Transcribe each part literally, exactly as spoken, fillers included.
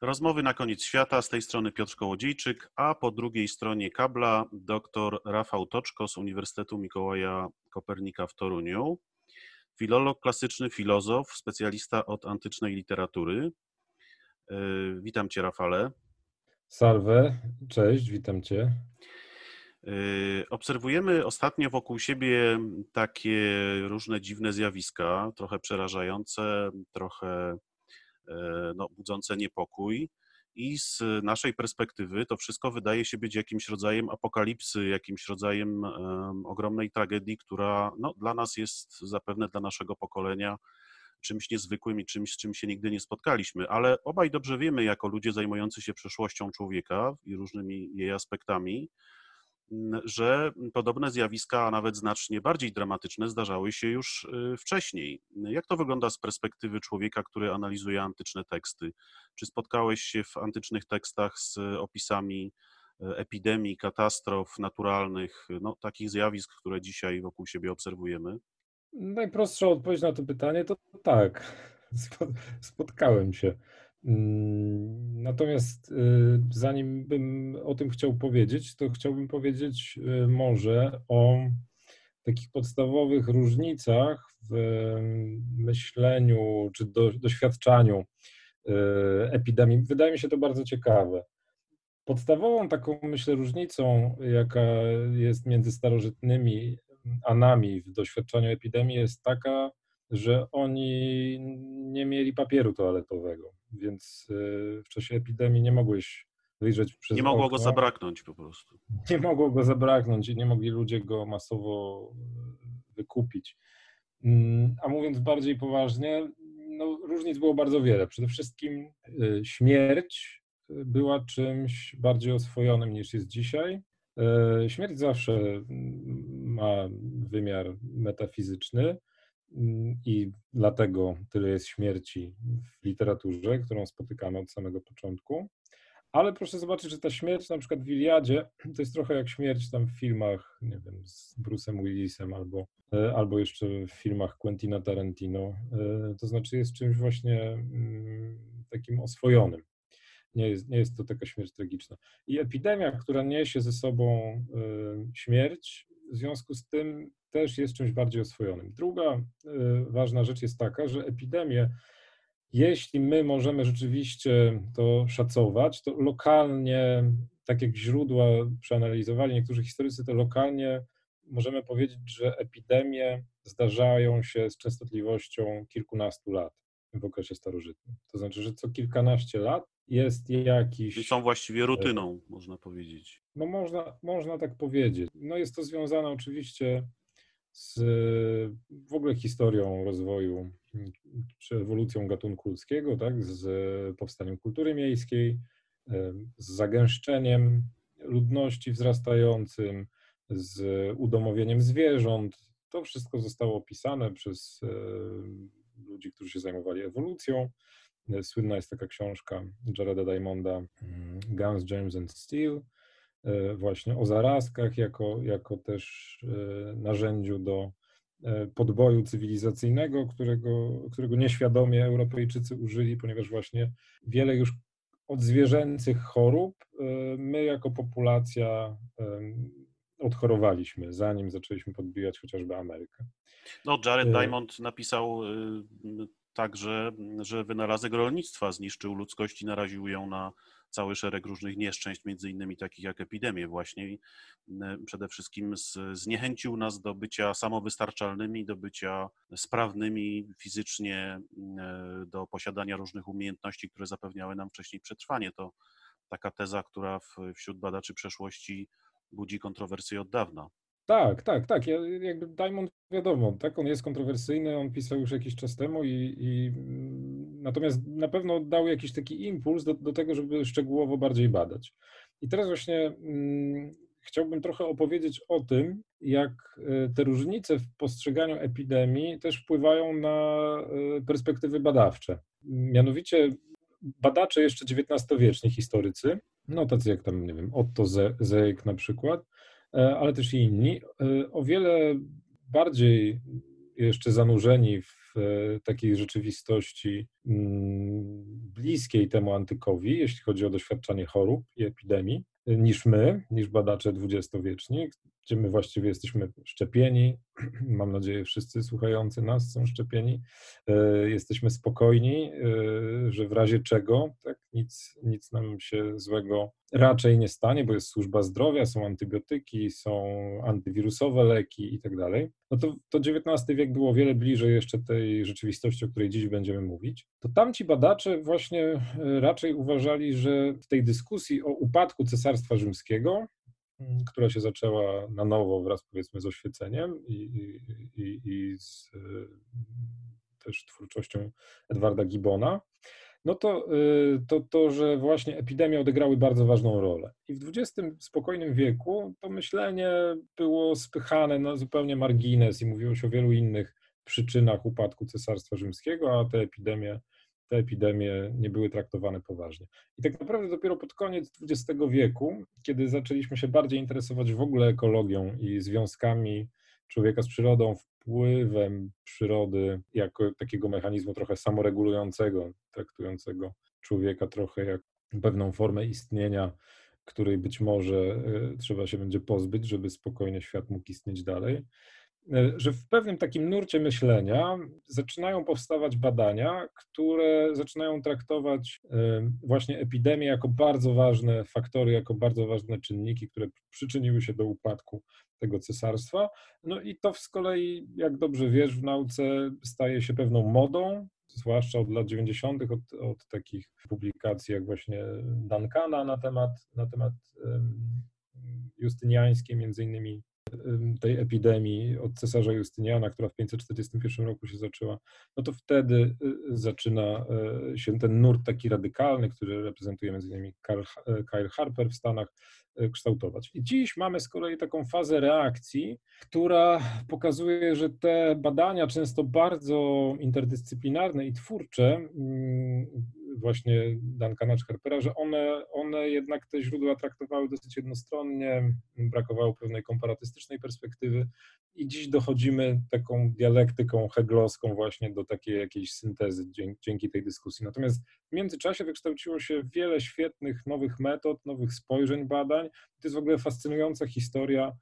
Rozmowy na koniec świata, z tej strony Piotr Kołodziejczyk, a po drugiej stronie kabla dr Rafał Toczko z Uniwersytetu Mikołaja Kopernika w Toruniu, filolog klasyczny, filozof, specjalista od antycznej literatury. Witam Cię, Rafale. Salve, cześć, witam Cię. Obserwujemy ostatnio wokół siebie takie różne dziwne zjawiska, trochę przerażające, trochę no, budzące niepokój i z naszej perspektywy to wszystko wydaje się być jakimś rodzajem apokalipsy, jakimś rodzajem um, ogromnej tragedii, która no, dla nas jest zapewne dla naszego pokolenia czymś niezwykłym i czymś, z czym się nigdy nie spotkaliśmy, ale obaj dobrze wiemy, jako ludzie zajmujący się przeszłością człowieka i różnymi jej aspektami, że podobne zjawiska, a nawet znacznie bardziej dramatyczne, zdarzały się już wcześniej. Jak to wygląda z perspektywy człowieka, który analizuje antyczne teksty? Czy spotkałeś się w antycznych tekstach z opisami epidemii, katastrof naturalnych, no, takich zjawisk, które dzisiaj wokół siebie obserwujemy? Najprostsza odpowiedź na to pytanie to tak, spotkałem się. Natomiast zanim bym o tym chciał powiedzieć, to chciałbym powiedzieć może o takich podstawowych różnicach w myśleniu czy do, doświadczaniu epidemii. Wydaje mi się to bardzo ciekawe. Podstawową taką, myślę, różnicą, jaka jest między starożytnymi a nami w doświadczaniu epidemii, jest taka, że oni nie mieli papieru toaletowego, więc w czasie epidemii nie mogłeś wyjrzeć przez Nie mogło okno. go zabraknąć po prostu. Nie mogło go zabraknąć i nie mogli ludzie go masowo wykupić. A mówiąc bardziej poważnie, no, różnic było bardzo wiele. Przede wszystkim śmierć była czymś bardziej oswojonym niż jest dzisiaj. Śmierć zawsze ma wymiar metafizyczny i dlatego tyle jest śmierci w literaturze, którą spotykamy od samego początku. Ale proszę zobaczyć, że ta śmierć na przykład w Iliadzie to jest trochę jak śmierć tam w filmach, nie wiem, z Bruce'em Willisem albo, albo jeszcze w filmach Quentina Tarantino. To znaczy jest czymś właśnie takim oswojonym. Nie jest, nie jest to taka śmierć tragiczna. I epidemia, która niesie ze sobą śmierć, w związku z tym też jest czymś bardziej oswojonym. Druga ważna rzecz jest taka, że epidemie, jeśli my możemy rzeczywiście to szacować, to lokalnie, tak jak źródła przeanalizowali niektórzy historycy, to lokalnie możemy powiedzieć, że epidemie zdarzają się z częstotliwością kilkunastu lat w okresie starożytnym. To znaczy, że co kilkanaście lat jest jakiś... I są właściwie rutyną, można powiedzieć. No można, można tak powiedzieć. No jest to związane oczywiście z w ogóle historią rozwoju czy ewolucją gatunku ludzkiego, tak, z powstaniem kultury miejskiej, z zagęszczeniem ludności wzrastającym, z udomowieniem zwierząt. To wszystko zostało opisane przez ludzi, którzy się zajmowali ewolucją. Słynna jest taka książka Jareda Diamonda Guns, Germs and Steel, właśnie o zarazkach jako, jako też narzędziu do podboju cywilizacyjnego, którego, którego nieświadomie Europejczycy użyli, ponieważ właśnie wiele już odzwierzęcych chorób my jako populacja odchorowaliśmy, zanim zaczęliśmy podbijać chociażby Amerykę. No, Jared Diamond napisał także, że wynalazek rolnictwa zniszczył ludzkość i naraził ją na cały szereg różnych nieszczęść, między innymi takich jak epidemie właśnie. I przede wszystkim zniechęcił nas do bycia samowystarczalnymi, do bycia sprawnymi fizycznie, do posiadania różnych umiejętności, które zapewniały nam wcześniej przetrwanie. To taka teza, która wśród badaczy przeszłości budzi kontrowersje od dawna. Tak, tak, tak. Ja, jakby Diamond, wiadomo, tak, on jest kontrowersyjny, on pisał już jakiś czas temu i, i natomiast na pewno dał jakiś taki impuls do, do tego, żeby szczegółowo bardziej badać. I teraz właśnie mm, chciałbym trochę opowiedzieć o tym, jak te różnice w postrzeganiu epidemii też wpływają na perspektywy badawcze. Mianowicie badacze jeszcze dziewiętnastowieczni, historycy, no tacy jak tam, nie wiem, Otto Seeck na przykład, ale też i inni, o wiele bardziej jeszcze zanurzeni w takiej rzeczywistości bliskiej temu antykowi, jeśli chodzi o doświadczanie chorób i epidemii, niż my, niż badacze dwudziestowieczni, gdzie my właściwie jesteśmy szczepieni. Mam nadzieję, wszyscy słuchający nas są szczepieni. Jesteśmy spokojni, że w razie czego tak, nic, nic nam się złego raczej nie stanie, bo jest służba zdrowia, są antybiotyki, są antywirusowe leki i tak dalej. No to, to dziewiętnasty wiek było wiele bliżej jeszcze tej rzeczywistości, o której dziś będziemy mówić. To tamci badacze właśnie raczej uważali, że w tej dyskusji o upadku Cesarstwa Rzymskiego, która się zaczęła na nowo wraz, powiedzmy, z oświeceniem i, i, i, i z też twórczością Edwarda Gibbona, no to, to to, że właśnie epidemie odegrały bardzo ważną rolę. I w dwudziestym spokojnym wieku to myślenie było spychane na zupełnie margines i mówiło się o wielu innych przyczynach upadku Cesarstwa Rzymskiego, a te epidemie, te epidemie nie były traktowane poważnie. I tak naprawdę dopiero pod koniec dwudziestego wieku, kiedy zaczęliśmy się bardziej interesować w ogóle ekologią i związkami człowieka z przyrodą, wpływem przyrody jako takiego mechanizmu trochę samoregulującego, traktującego człowieka trochę jak pewną formę istnienia, której być może trzeba się będzie pozbyć, żeby spokojnie świat mógł istnieć dalej, że w pewnym takim nurcie myślenia zaczynają powstawać badania, które zaczynają traktować właśnie epidemie jako bardzo ważne faktory, jako bardzo ważne czynniki, które przyczyniły się do upadku tego cesarstwa. No i to z kolei, jak dobrze wiesz, w nauce staje się pewną modą, zwłaszcza od lat dziewięćdziesiątych, od, od takich publikacji jak właśnie Duncana na temat, na temat justyniańskiej, między innymi tej epidemii od cesarza Justyniana, która w pięćset czterdziestym pierwszym roku się zaczęła, no to wtedy zaczyna się ten nurt taki radykalny, który reprezentuje między innymi Karl, Kyle Harper w Stanach, kształtować. I dziś mamy z kolei taką fazę reakcji, która pokazuje, że te badania, często bardzo interdyscyplinarne i twórcze, właśnie Duncana czy Harpera, że one, one jednak te źródła traktowały dosyć jednostronnie, brakowało pewnej komparatystycznej perspektywy i dziś dochodzimy taką dialektyką heglowską właśnie do takiej jakiejś syntezy dzięki, dzięki tej dyskusji. Natomiast w międzyczasie wykształciło się wiele świetnych nowych metod, nowych spojrzeń badań. To jest w ogóle fascynująca historia,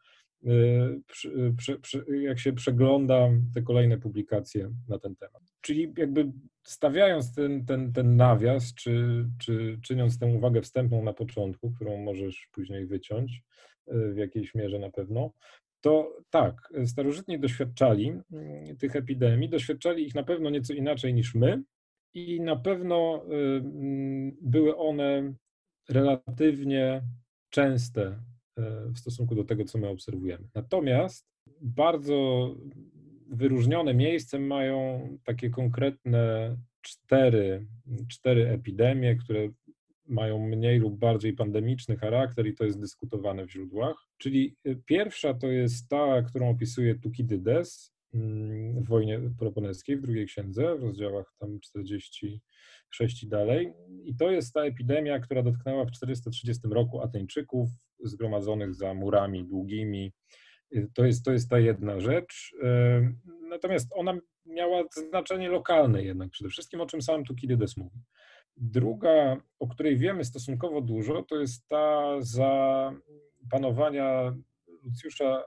jak się przegląda te kolejne publikacje na ten temat. Czyli jakby stawiając ten, ten, ten nawias, czy, czy czyniąc tę uwagę wstępną na początku, którą możesz później wyciąć w jakiejś mierze na pewno, to tak, starożytni doświadczali tych epidemii, doświadczali ich na pewno nieco inaczej niż my i na pewno były one relatywnie częste w stosunku do tego, co my obserwujemy. Natomiast bardzo wyróżnione miejscem mają takie konkretne cztery, cztery epidemie, które mają mniej lub bardziej pandemiczny charakter i to jest dyskutowane w źródłach. Czyli pierwsza to jest ta, którą opisuje Tukidydes w wojnie Peloponeskiej w drugiej księdze, w rozdziałach tam czterdzieści sześć i dalej. I to jest ta epidemia, która dotknęła w czterysta trzydziestym roku Ateńczyków zgromadzonych za murami długimi. To jest, to jest ta jedna rzecz. Natomiast ona miała znaczenie lokalne jednak przede wszystkim, o czym sam Tukidydes mówi. Druga, o której wiemy stosunkowo dużo, to jest ta za panowania Lucjusza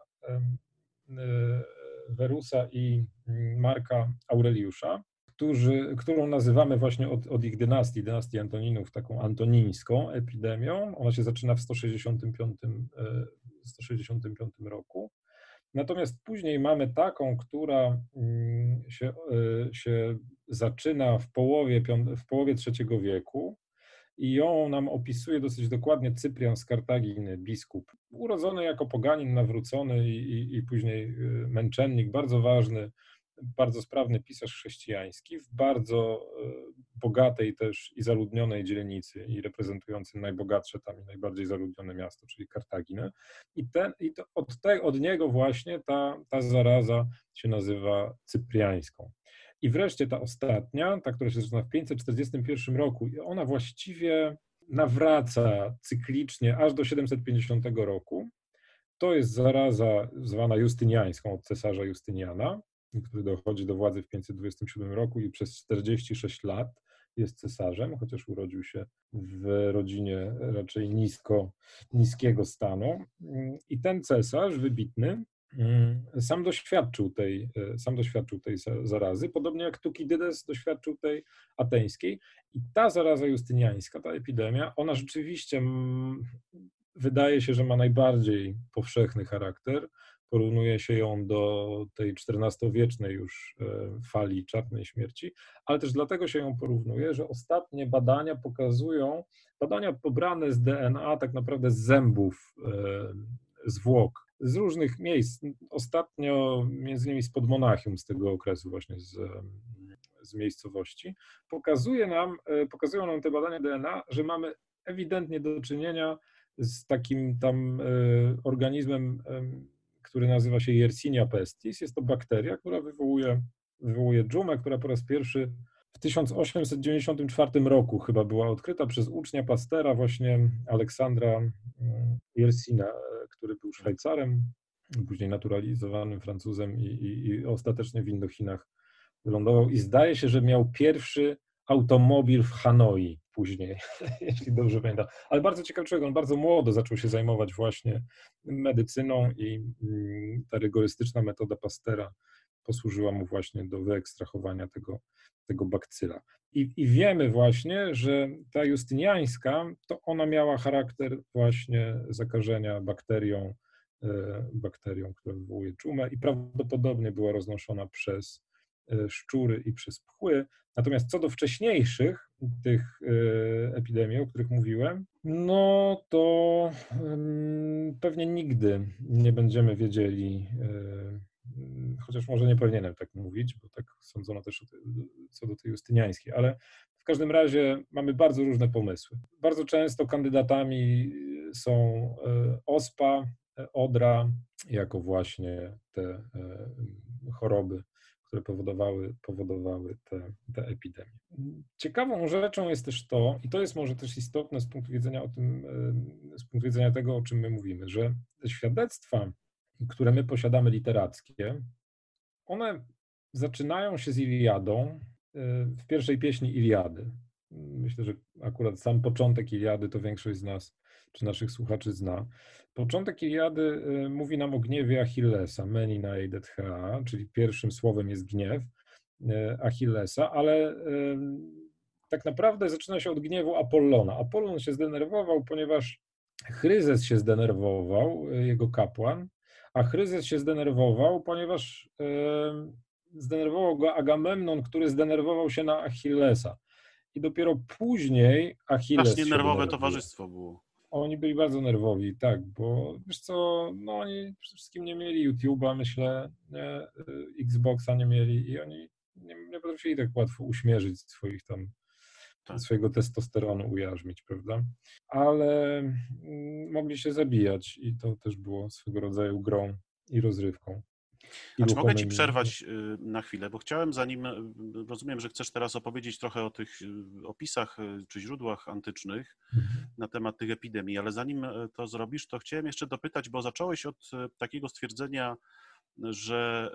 Verusa i Marka Aureliusza, którzy, którą nazywamy właśnie od, od ich dynastii, dynastii Antoninów, taką antonińską epidemią. Ona się zaczyna w sto sześćdziesiątym piątym roku. Natomiast później mamy taką, która się, się zaczyna w połowie, w połowie trzeciego wieku i ją nam opisuje dosyć dokładnie Cyprian z Kartaginy, biskup, urodzony jako poganin, nawrócony i, i, i później męczennik, bardzo ważny, bardzo sprawny pisarz chrześcijański w bardzo bogatej też i zaludnionej dzielnicy i reprezentujący najbogatsze tam i najbardziej zaludnione miasto, czyli Kartaginę. I, ten, i to od, te, od niego właśnie ta, ta zaraza się nazywa cypriańską. I wreszcie ta ostatnia, ta, która się zaczyna w pięćset czterdziestym pierwszym roku i ona właściwie nawraca cyklicznie aż do siedemset pięćdziesiątego roku. To jest zaraza zwana justyniańską od cesarza Justyniana, który dochodzi do władzy w pięćset dwudziestym siódmym roku i przez czterdzieści sześć lat jest cesarzem, chociaż urodził się w rodzinie raczej nisko, niskiego stanu. I ten cesarz wybitny sam doświadczył tej, sam doświadczył tej zarazy, podobnie jak Tukidydes doświadczył tej ateńskiej. I ta zaraza justyniańska, ta epidemia, ona rzeczywiście wydaje się, że ma najbardziej powszechny charakter. Porównuje się ją do tej czternastowiecznej już fali czarnej śmierci, ale też dlatego się ją porównuje, że ostatnie badania pokazują, badania pobrane z D N A tak naprawdę z zębów zwłok, z różnych miejsc, ostatnio między innymi spod Monachium, z tego okresu właśnie z, z miejscowości, pokazuje nam, pokazują nam te badania D N A, że mamy ewidentnie do czynienia z takim tam organizmem, który nazywa się Yersinia pestis. Jest to bakteria, która wywołuje, wywołuje dżumę, która po raz pierwszy w tysiąc osiemset dziewięćdziesiątym czwartym roku chyba była odkryta przez ucznia Pastera, właśnie Aleksandra Yersina, który był Szwajcarem, później naturalizowanym Francuzem i, i, i ostatecznie w Indochinach wylądował. I zdaje się, że miał pierwszy automobil w Hanoi później, jeśli dobrze pamiętam. Ale bardzo ciekawy człowiek, on bardzo młodo zaczął się zajmować właśnie medycyną i ta rygorystyczna metoda Pastera posłużyła mu właśnie do wyekstrahowania tego, tego bakcyla. I, I wiemy właśnie, że ta justyniańska, to ona miała charakter właśnie zakażenia bakterią, bakterią, która wywołuje dżumę i prawdopodobnie była roznoszona przez szczury i przez pchły. Natomiast co do wcześniejszych tych epidemii, o których mówiłem, no to pewnie nigdy nie będziemy wiedzieli, chociaż może nie powinienem tak mówić, bo tak sądzono też co do tej justyniańskiej, ale w każdym razie mamy bardzo różne pomysły. Bardzo często kandydatami są ospa, odra, jako właśnie te choroby, które powodowały, powodowały te, te epidemie. Ciekawą rzeczą jest też to, i to jest może też istotne z punktu widzenia o tym, z punktu widzenia tego, o czym my mówimy, że te świadectwa, które my posiadamy literackie, one zaczynają się z Iliadą, w pierwszej pieśni Iliady. Myślę, że akurat sam początek Iliady to większość z nas, czy naszych słuchaczy zna. Początek Iliady mówi nam o gniewie Achillesa, meni naeidet hea, czyli pierwszym słowem jest gniew Achillesa, ale tak naprawdę zaczyna się od gniewu Apollona. Apollon się zdenerwował, ponieważ Chryzes się zdenerwował, jego kapłan, a Chryzes się zdenerwował, ponieważ zdenerwował go Agamemnon, który zdenerwował się na Achillesa. I dopiero później Achilles Strasznie się nerwowe denerwuje. towarzystwo było. Oni byli bardzo nerwowi, tak, bo wiesz co, no oni przede wszystkim nie mieli YouTube'a, myślę, nie, Xboxa nie mieli i oni nie, nie potrafili tak łatwo uśmierzyć swoich tam, tak. swojego testosteronu ujarzmić, prawda? Ale mm, mogli się zabijać i to też było swego rodzaju grą i rozrywką. A czy mogę Ci przerwać na chwilę, bo chciałem zanim, rozumiem, że chcesz teraz opowiedzieć trochę o tych opisach czy źródłach antycznych mhm. na temat tych epidemii, ale zanim to zrobisz, to chciałem jeszcze dopytać, bo zacząłeś od takiego stwierdzenia, że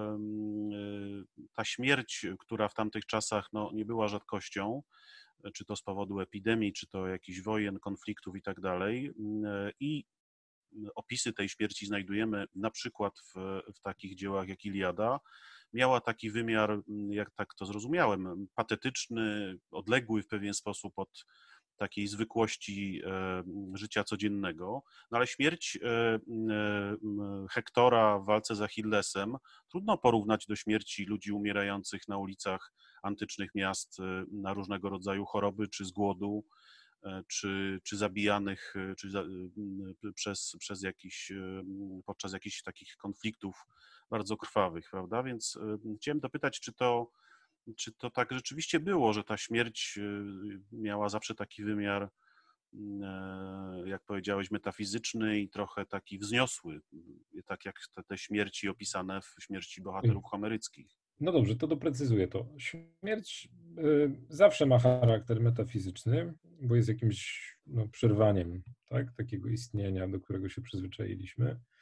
ta śmierć, która w tamtych czasach no, nie była rzadkością, czy to z powodu epidemii, czy to jakichś wojen, konfliktów i tak dalej, i opisy tej śmierci znajdujemy na przykład w, w takich dziełach jak Iliada, miała taki wymiar, jak tak to zrozumiałem, patetyczny, odległy w pewien sposób od takiej zwykłości e, życia codziennego. No ale śmierć e, e, Hektora w walce z Achillesem trudno porównać do śmierci ludzi umierających na ulicach antycznych miast na różnego rodzaju choroby czy z głodu, czy, czy zabijanych czy za, przez, przez jakiś, podczas jakichś takich konfliktów bardzo krwawych, prawda? Więc chciałem dopytać, czy to, czy to tak rzeczywiście było, że ta śmierć miała zawsze taki wymiar, jak powiedziałeś, metafizyczny i trochę taki wzniosły, tak jak te, te śmierci opisane w śmierci bohaterów homeryckich. No dobrze, to doprecyzuję to. Śmierć y, zawsze ma charakter metafizyczny, bo jest jakimś no, przerwaniem, tak, takiego istnienia, do którego się przyzwyczailiśmy.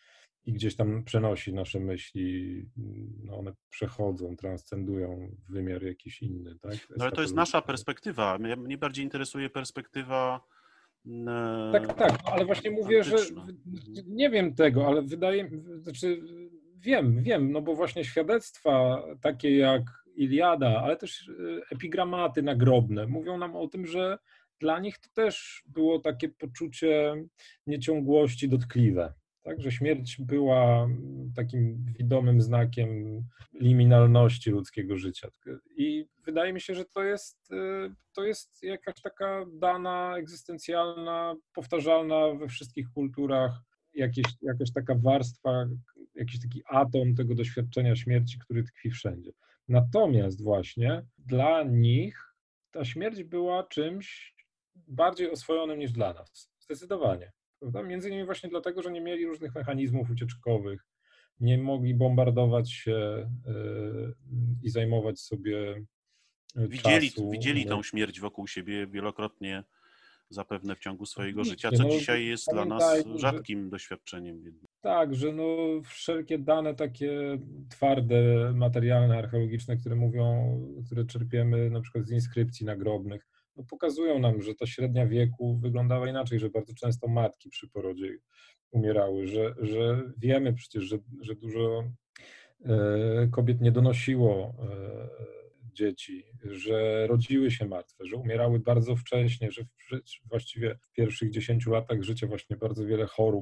i gdzieś tam przenosi nasze myśli, no one przechodzą, transcendują w wymiar jakiś inny, tak? No ale to jest nasza Eskatologiczny. perspektywa. Mnie, mnie bardziej interesuje perspektywa Tak, e, tak, no ale właśnie mówię, że antyczna. w- nie wiem tego, ale wydaje mi znaczy wiem, wiem, no bo właśnie świadectwa takie jak Iliada, ale też y, epigramaty nagrobne mówią nam o tym, że dla nich to też było takie poczucie nieciągłości dotkliwe, tak, że śmierć była takim widomym znakiem liminalności ludzkiego życia. I wydaje mi się, że to jest, y, to jest jakaś taka dana egzystencjalna, powtarzalna we wszystkich kulturach, jakieś, jakaś taka warstwa, jakiś taki atom tego doświadczenia śmierci, który tkwi wszędzie. Natomiast właśnie dla nich ta śmierć była czymś bardziej oswojonym niż dla nas. Zdecydowanie. Prawda? Między innymi właśnie dlatego, że nie mieli różnych mechanizmów ucieczkowych, nie mogli bombardować się y, i zajmować sobie y, Widzieli, czasu. widzieli tą śmierć wokół siebie wielokrotnie zapewne w ciągu swojego życia, Oczywiście, co no, dzisiaj jest dla nas pamiętajmy, że rzadkim doświadczeniem. tak, że no wszelkie dane takie twarde, materialne, archeologiczne, które mówią, które czerpiemy na przykład z inskrypcji nagrobnych, no pokazują nam, że ta średnia wieku wyglądała inaczej, że bardzo często matki przy porodzie umierały, że, że wiemy przecież, że, że dużo e, kobiet nie donosiło e, dzieci, że rodziły się martwe, że umierały bardzo wcześnie, że w, właściwie w pierwszych dziesięciu latach życia właśnie bardzo wiele chorób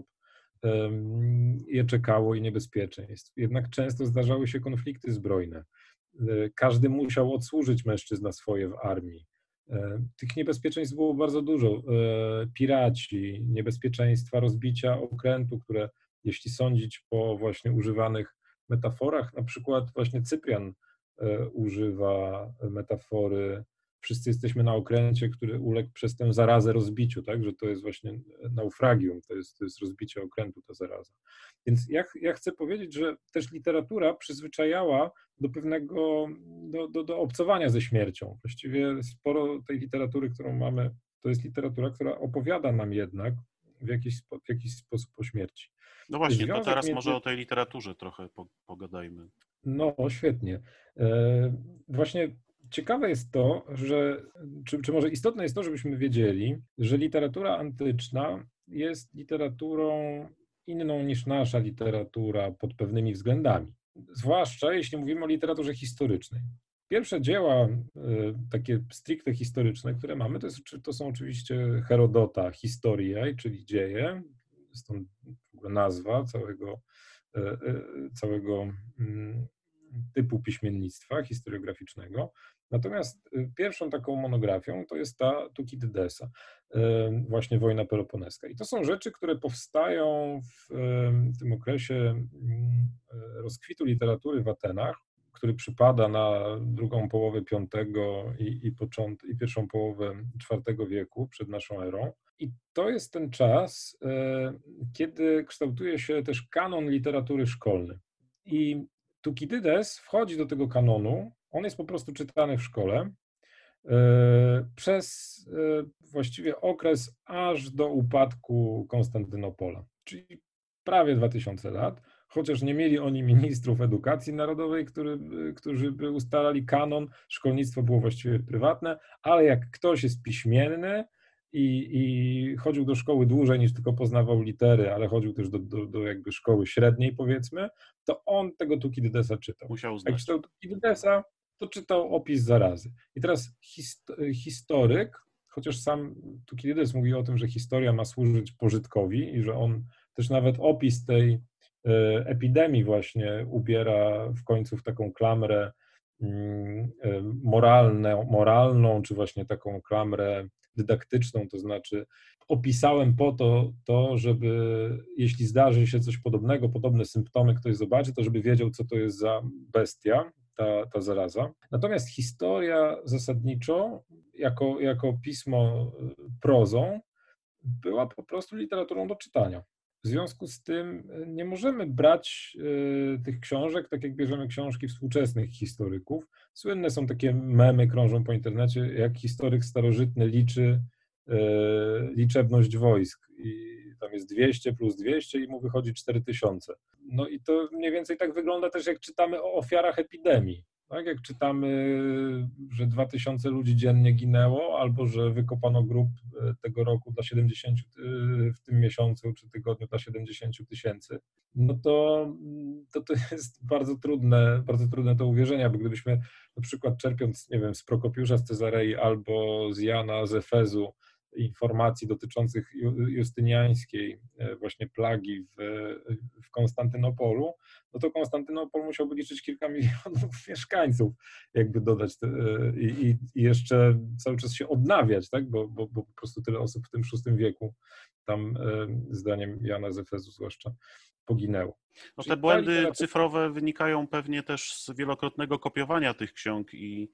je czekało i niebezpieczeństw. Jednak często zdarzały się konflikty zbrojne. Każdy musiał odsłużyć mężczyzna swoje w armii. Tych niebezpieczeństw było bardzo dużo. Piraci, niebezpieczeństwa rozbicia okrętu, które jeśli sądzić po właśnie używanych metaforach, na przykład właśnie Cyprian używa metafory wszyscy jesteśmy na okręcie, który uległ przez tę zarazę rozbiciu, tak, że to jest właśnie naufragium, to jest, to jest rozbicie okrętu, ta zaraza. Więc ja, ja chcę powiedzieć, że też literatura przyzwyczajała do pewnego, do, do, do obcowania ze śmiercią. Właściwie sporo tej literatury, którą mamy, to jest literatura, która opowiada nam jednak w jakiś, spo, w jakiś sposób o śmierci. No właśnie, to Związek teraz między... może o tej literaturze trochę pogadajmy. No, świetnie. Właśnie ciekawe jest to, że, czy, czy może istotne jest to, żebyśmy wiedzieli, że literatura antyczna jest literaturą inną niż nasza literatura pod pewnymi względami. Zwłaszcza jeśli mówimy o literaturze historycznej. Pierwsze dzieła takie stricte historyczne, które mamy, to, jest, to są oczywiście Herodota, Historiae, czyli dzieje, stąd nazwa całego, całego typu piśmiennictwa historiograficznego. Natomiast pierwszą taką monografią to jest ta Tukidydesa, właśnie Wojna Peloponeska. I to są rzeczy, które powstają w tym okresie rozkwitu literatury w Atenach, który przypada na drugą połowę piątego i, i, począt, i pierwszą połowę czwartego wieku przed naszą erą. I to jest ten czas, kiedy kształtuje się też kanon literatury szkolnej. I Tukidydes wchodzi do tego kanonu, on jest po prostu czytany w szkole przez właściwie okres aż do upadku Konstantynopola, czyli prawie dwa tysiące lat, chociaż nie mieli oni ministrów edukacji narodowej, który, którzy by ustalali kanon, szkolnictwo było właściwie prywatne, ale jak ktoś jest piśmienny i, i chodził do szkoły dłużej niż tylko poznawał litery, ale chodził też do, do, do jakby szkoły średniej, powiedzmy, to on tego Tukidydesa czytał. Musiał znać. Jak czytał Tukidydesa, to czytał opis zarazy. I teraz hist historyk, chociaż sam Tukidydes mówi o tym, że historia ma służyć pożytkowi i że on też nawet opis tej epidemii właśnie ubiera w końcu w taką klamrę moralną, moralną, czy właśnie taką klamrę dydaktyczną, to znaczy opisałem po to, to, żeby jeśli zdarzy się coś podobnego, podobne symptomy ktoś zobaczy, to żeby wiedział, co to jest za bestia, ta, ta zaraza. Natomiast historia zasadniczo, jako, jako pismo prozą, była po prostu literaturą do czytania. W związku z tym nie możemy brać y, tych książek, tak jak bierzemy książki współczesnych historyków. Słynne są takie memy, krążą po internecie, jak historyk starożytny liczy y, liczebność wojsk. I tam jest dwieście plus dwieście i mu wychodzi cztery tysiące. No i to mniej więcej tak wygląda też, jak czytamy o ofiarach epidemii. Tak, jak czytamy, że dwa tysiące ludzi dziennie ginęło, albo że wykopano grób tego roku dla siedemdziesięciu, w tym miesiącu czy tygodniu dla siedemdziesięciu tysięcy, no to, to to jest bardzo trudne, bardzo trudne do uwierzenia, bo gdybyśmy na przykład czerpiąc, nie wiem, z Prokopiusza z Cezarei albo z Jana z Efezu informacji dotyczących justyniańskiej właśnie plagi w, w Konstantynopolu, no to Konstantynopol musiałby liczyć kilka milionów mieszkańców, jakby dodać te, i, i jeszcze cały czas się odnawiać, tak? bo, bo, bo po prostu tyle osób w tym szóstym wieku tam, zdaniem Jana z Efezu zwłaszcza, poginęło. No Czyli te błędy literatura... cyfrowe wynikają pewnie też z wielokrotnego kopiowania tych ksiąg i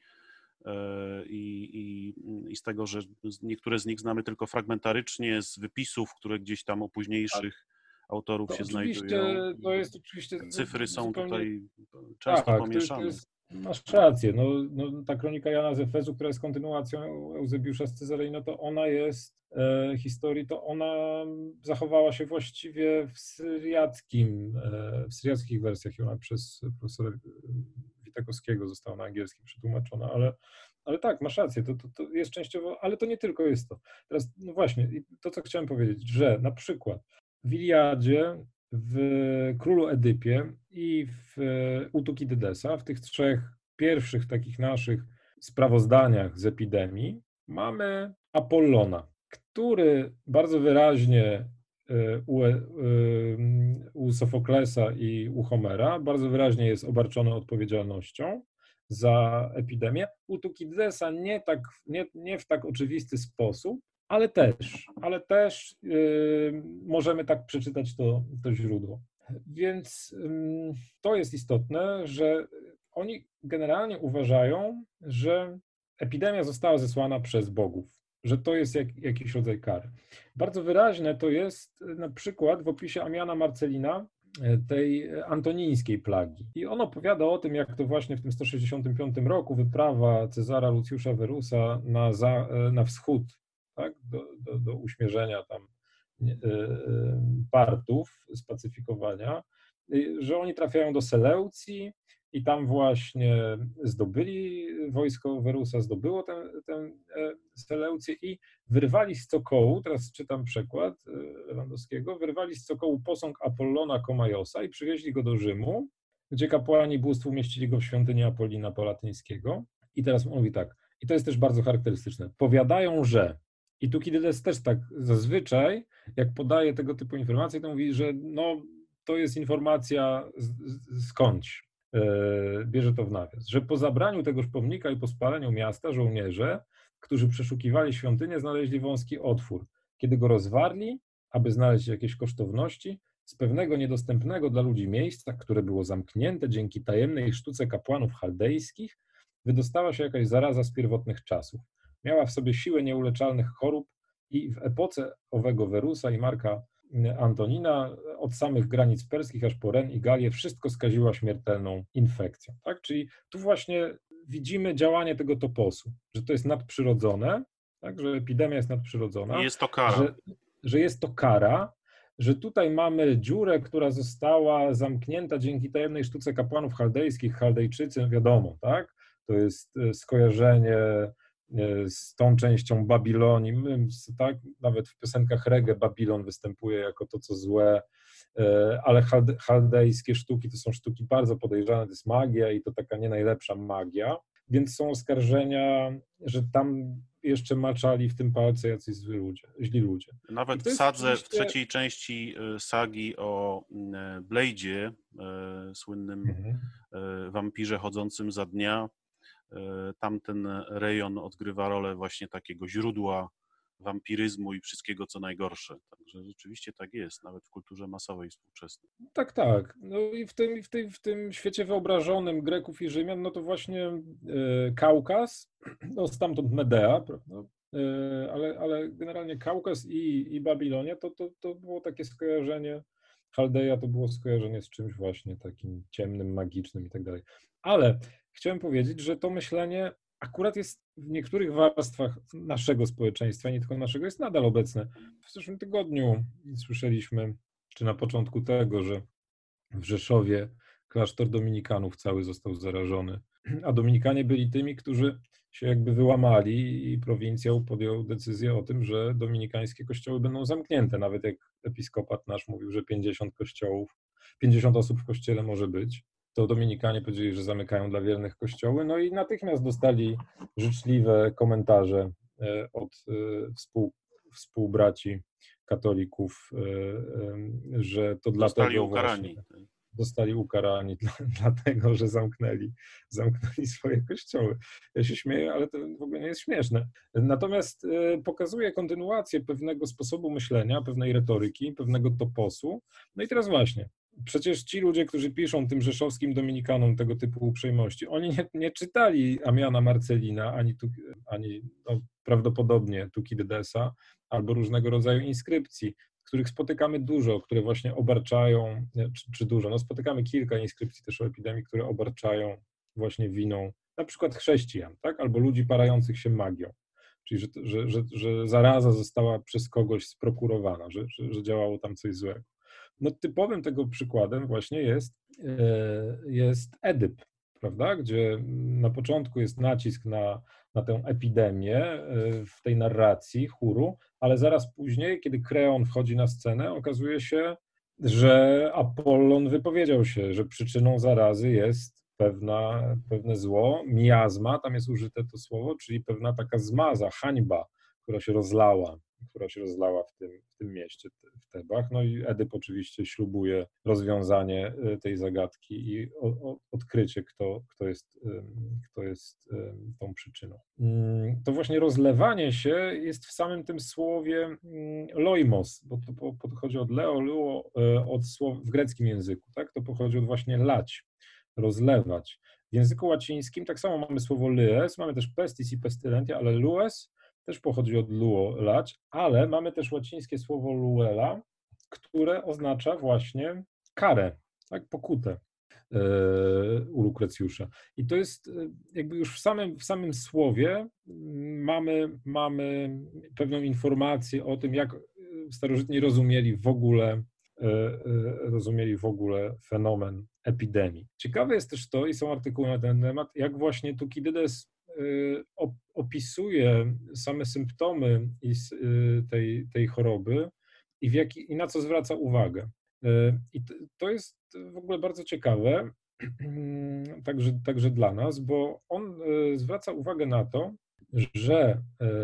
I, i, i z tego, że niektóre z nich znamy tylko fragmentarycznie, z wypisów, które gdzieś tam u późniejszych autorów to się oczywiście, znajdują. To jest oczywiście Cyfry są zupełnie... tutaj często tak, pomieszane. To jest, to jest, masz rację. No, no, ta kronika Jana z Efezu, która jest kontynuacją Eusebiusza z Cezarei, no to ona jest e, historii, to ona zachowała się właściwie w syriackim, e, w syriackich wersjach i ona przez profesora Witakowskiego została na angielski przetłumaczona, ale, ale tak, masz rację, to, to, to jest częściowo, ale to nie tylko jest to. Teraz, no właśnie, to co chciałem powiedzieć, że na przykład w Iliadzie, w Królu Edypie i w u Tukidydesa, w tych trzech pierwszych takich naszych sprawozdaniach z epidemii, mamy Apollona, który bardzo wyraźnie u, u Sofoklesa i u Homera bardzo wyraźnie jest obarczony odpowiedzialnością za epidemię. U Tukidydesa nie, tak, nie, nie w tak oczywisty sposób, ale też, ale też yy, możemy tak przeczytać to, to źródło. Więc yy, to jest istotne, że oni generalnie uważają, że epidemia została zesłana przez bogów, że to jest jak, jakiś rodzaj kary. Bardzo wyraźne to jest na przykład w opisie Ammiana Marcelina tej antonińskiej plagi. I on opowiada o tym, jak to właśnie w tym sto sześćdziesiątym piątym roku wyprawa Cezara Lucjusza Verusa na, za, na wschód, tak, do, do, do uśmierzenia tam Partów, spacyfikowania, że oni trafiają do Seleucji i tam właśnie zdobyli, wojsko Verusa zdobyło tę, tę Seleucję i wyrwali z cokołu, teraz czytam przekład Lewandowskiego, wyrwali z cokołu posąg Apollona Komajosa i przywieźli go do Rzymu, gdzie kapłani bóstw umieścili go w świątyni Apollina Palatyńskiego. I teraz mówi tak, i to jest też bardzo charakterystyczne, powiadają, że, i Tukidydes też tak zazwyczaj, jak podaje tego typu informacje, to mówi, że no, to jest informacja skądś, bierze to w nawias, że po zabraniu tegoż pomnika i po spaleniu miasta żołnierze, którzy przeszukiwali świątynię, znaleźli wąski otwór. Kiedy go rozwarli, aby znaleźć jakieś kosztowności, z pewnego niedostępnego dla ludzi miejsca, które było zamknięte dzięki tajemnej sztuce kapłanów chaldejskich, wydostała się jakaś zaraza z pierwotnych czasów. Miała w sobie siłę nieuleczalnych chorób i w epoce owego Verusa i Marka Antonina od samych granic perskich aż po Ren i Galię wszystko skaziła śmiertelną infekcją. Tak? Czyli tu właśnie widzimy działanie tego toposu, że to jest nadprzyrodzone, tak? Że epidemia jest nadprzyrodzona. I jest to kara. Że, że jest to kara, że tutaj mamy dziurę, która została zamknięta dzięki tajemnej sztuce kapłanów chaldejskich. Chaldejczycy, wiadomo, tak? To jest skojarzenie z tą częścią Babilonii, tak? Nawet w piosenkach reggae Babilon występuje jako to, co złe, ale chaldejskie sztuki to są sztuki bardzo podejrzane, to jest magia i to taka nie najlepsza magia, więc są oskarżenia, że tam jeszcze maczali w tym palce jacyś zły ludzie, źli ludzie. Nawet w sadze, oczywiście... w trzeciej części sagi o Blade'zie, słynnym mhm. wampirze chodzącym za dnia, tamten rejon odgrywa rolę właśnie takiego źródła wampiryzmu i wszystkiego, co najgorsze. Także rzeczywiście tak jest, nawet w kulturze masowej współczesnej. Tak, tak. No i w tym, w tym, w tym świecie wyobrażonym Greków i Rzymian, no to właśnie e, Kaukaz, no stamtąd Medea, prawda? E, ale, ale generalnie Kaukaz i, i Babilonia to, to, to było takie skojarzenie, Chaldeja to było skojarzenie z czymś właśnie takim ciemnym, magicznym i tak dalej. Ale chciałem powiedzieć, że to myślenie akurat jest w niektórych warstwach naszego społeczeństwa, nie tylko naszego, jest nadal obecne. W zeszłym tygodniu słyszeliśmy, czy na początku tego, że w Rzeszowie klasztor dominikanów cały został zarażony, a dominikanie byli tymi, którzy się jakby wyłamali i prowincjał podjął decyzję o tym, że dominikańskie kościoły będą zamknięte, nawet jak episkopat nasz mówił, że pięćdziesiąt kościołów, pięćdziesiąt osób w kościele może być, to dominikanie powiedzieli, że zamykają dla wiernych kościoły, no i natychmiast dostali życzliwe komentarze od współ, współbraci katolików, że to Zostali dlatego ukarani. właśnie zostali ukarani dlatego, że zamknęli, zamknęli swoje kościoły. Ja się śmieję, ale to w ogóle nie jest śmieszne. Natomiast pokazuje kontynuację pewnego sposobu myślenia, pewnej retoryki, pewnego toposu. No i teraz właśnie, przecież ci ludzie, którzy piszą tym rzeszowskim dominikanom tego typu uprzejmości, oni nie, nie czytali Amiana Marcelina, ani, tu, ani no, prawdopodobnie Tukidydesa, albo różnego rodzaju inskrypcji, których spotykamy dużo, które właśnie obarczają, czy, czy dużo, no spotykamy kilka inskrypcji też o epidemii, które obarczają właśnie winą na przykład chrześcijan, tak, albo ludzi parających się magią, czyli że, że, że, że zaraza została przez kogoś sprokurowana, że, że, że działało tam coś złego. No typowym tego przykładem właśnie jest, jest Edyp, prawda, gdzie na początku jest nacisk na, na tę epidemię w tej narracji chóru, ale zaraz później, kiedy Kreon wchodzi na scenę, okazuje się, że Apollon wypowiedział się, że przyczyną zarazy jest pewna, pewne zło, miazma, tam jest użyte to słowo, czyli pewna taka zmaza, hańba, która się rozlała, która się rozlała w tym, w tym mieście, w Tebach. No i Edyp oczywiście ślubuje rozwiązanie tej zagadki i o, o, odkrycie, kto, kto, jest, kto jest tą przyczyną. To właśnie rozlewanie się jest w samym tym słowie loimos, bo to pochodzi od leo, luo, od słowa w greckim języku, tak? To pochodzi od właśnie lać, rozlewać. W języku łacińskim tak samo mamy słowo lyes, mamy też pestis i pestylentia, ale lues też pochodzi od luo, lać, ale mamy też łacińskie słowo luela, które oznacza właśnie karę, tak, pokutę u Lukrecjusza. I to jest jakby już w samym, w samym słowie mamy, mamy pewną informację o tym, jak starożytni rozumieli w ogóle rozumieli w ogóle fenomen epidemii. Ciekawe jest też to, i są artykuły na ten temat, jak właśnie Tukidydes opisuje same symptomy tej, tej choroby i, w jaki, i na co zwraca uwagę. I to jest w ogóle bardzo ciekawe, także, także dla nas, bo on zwraca uwagę na to, że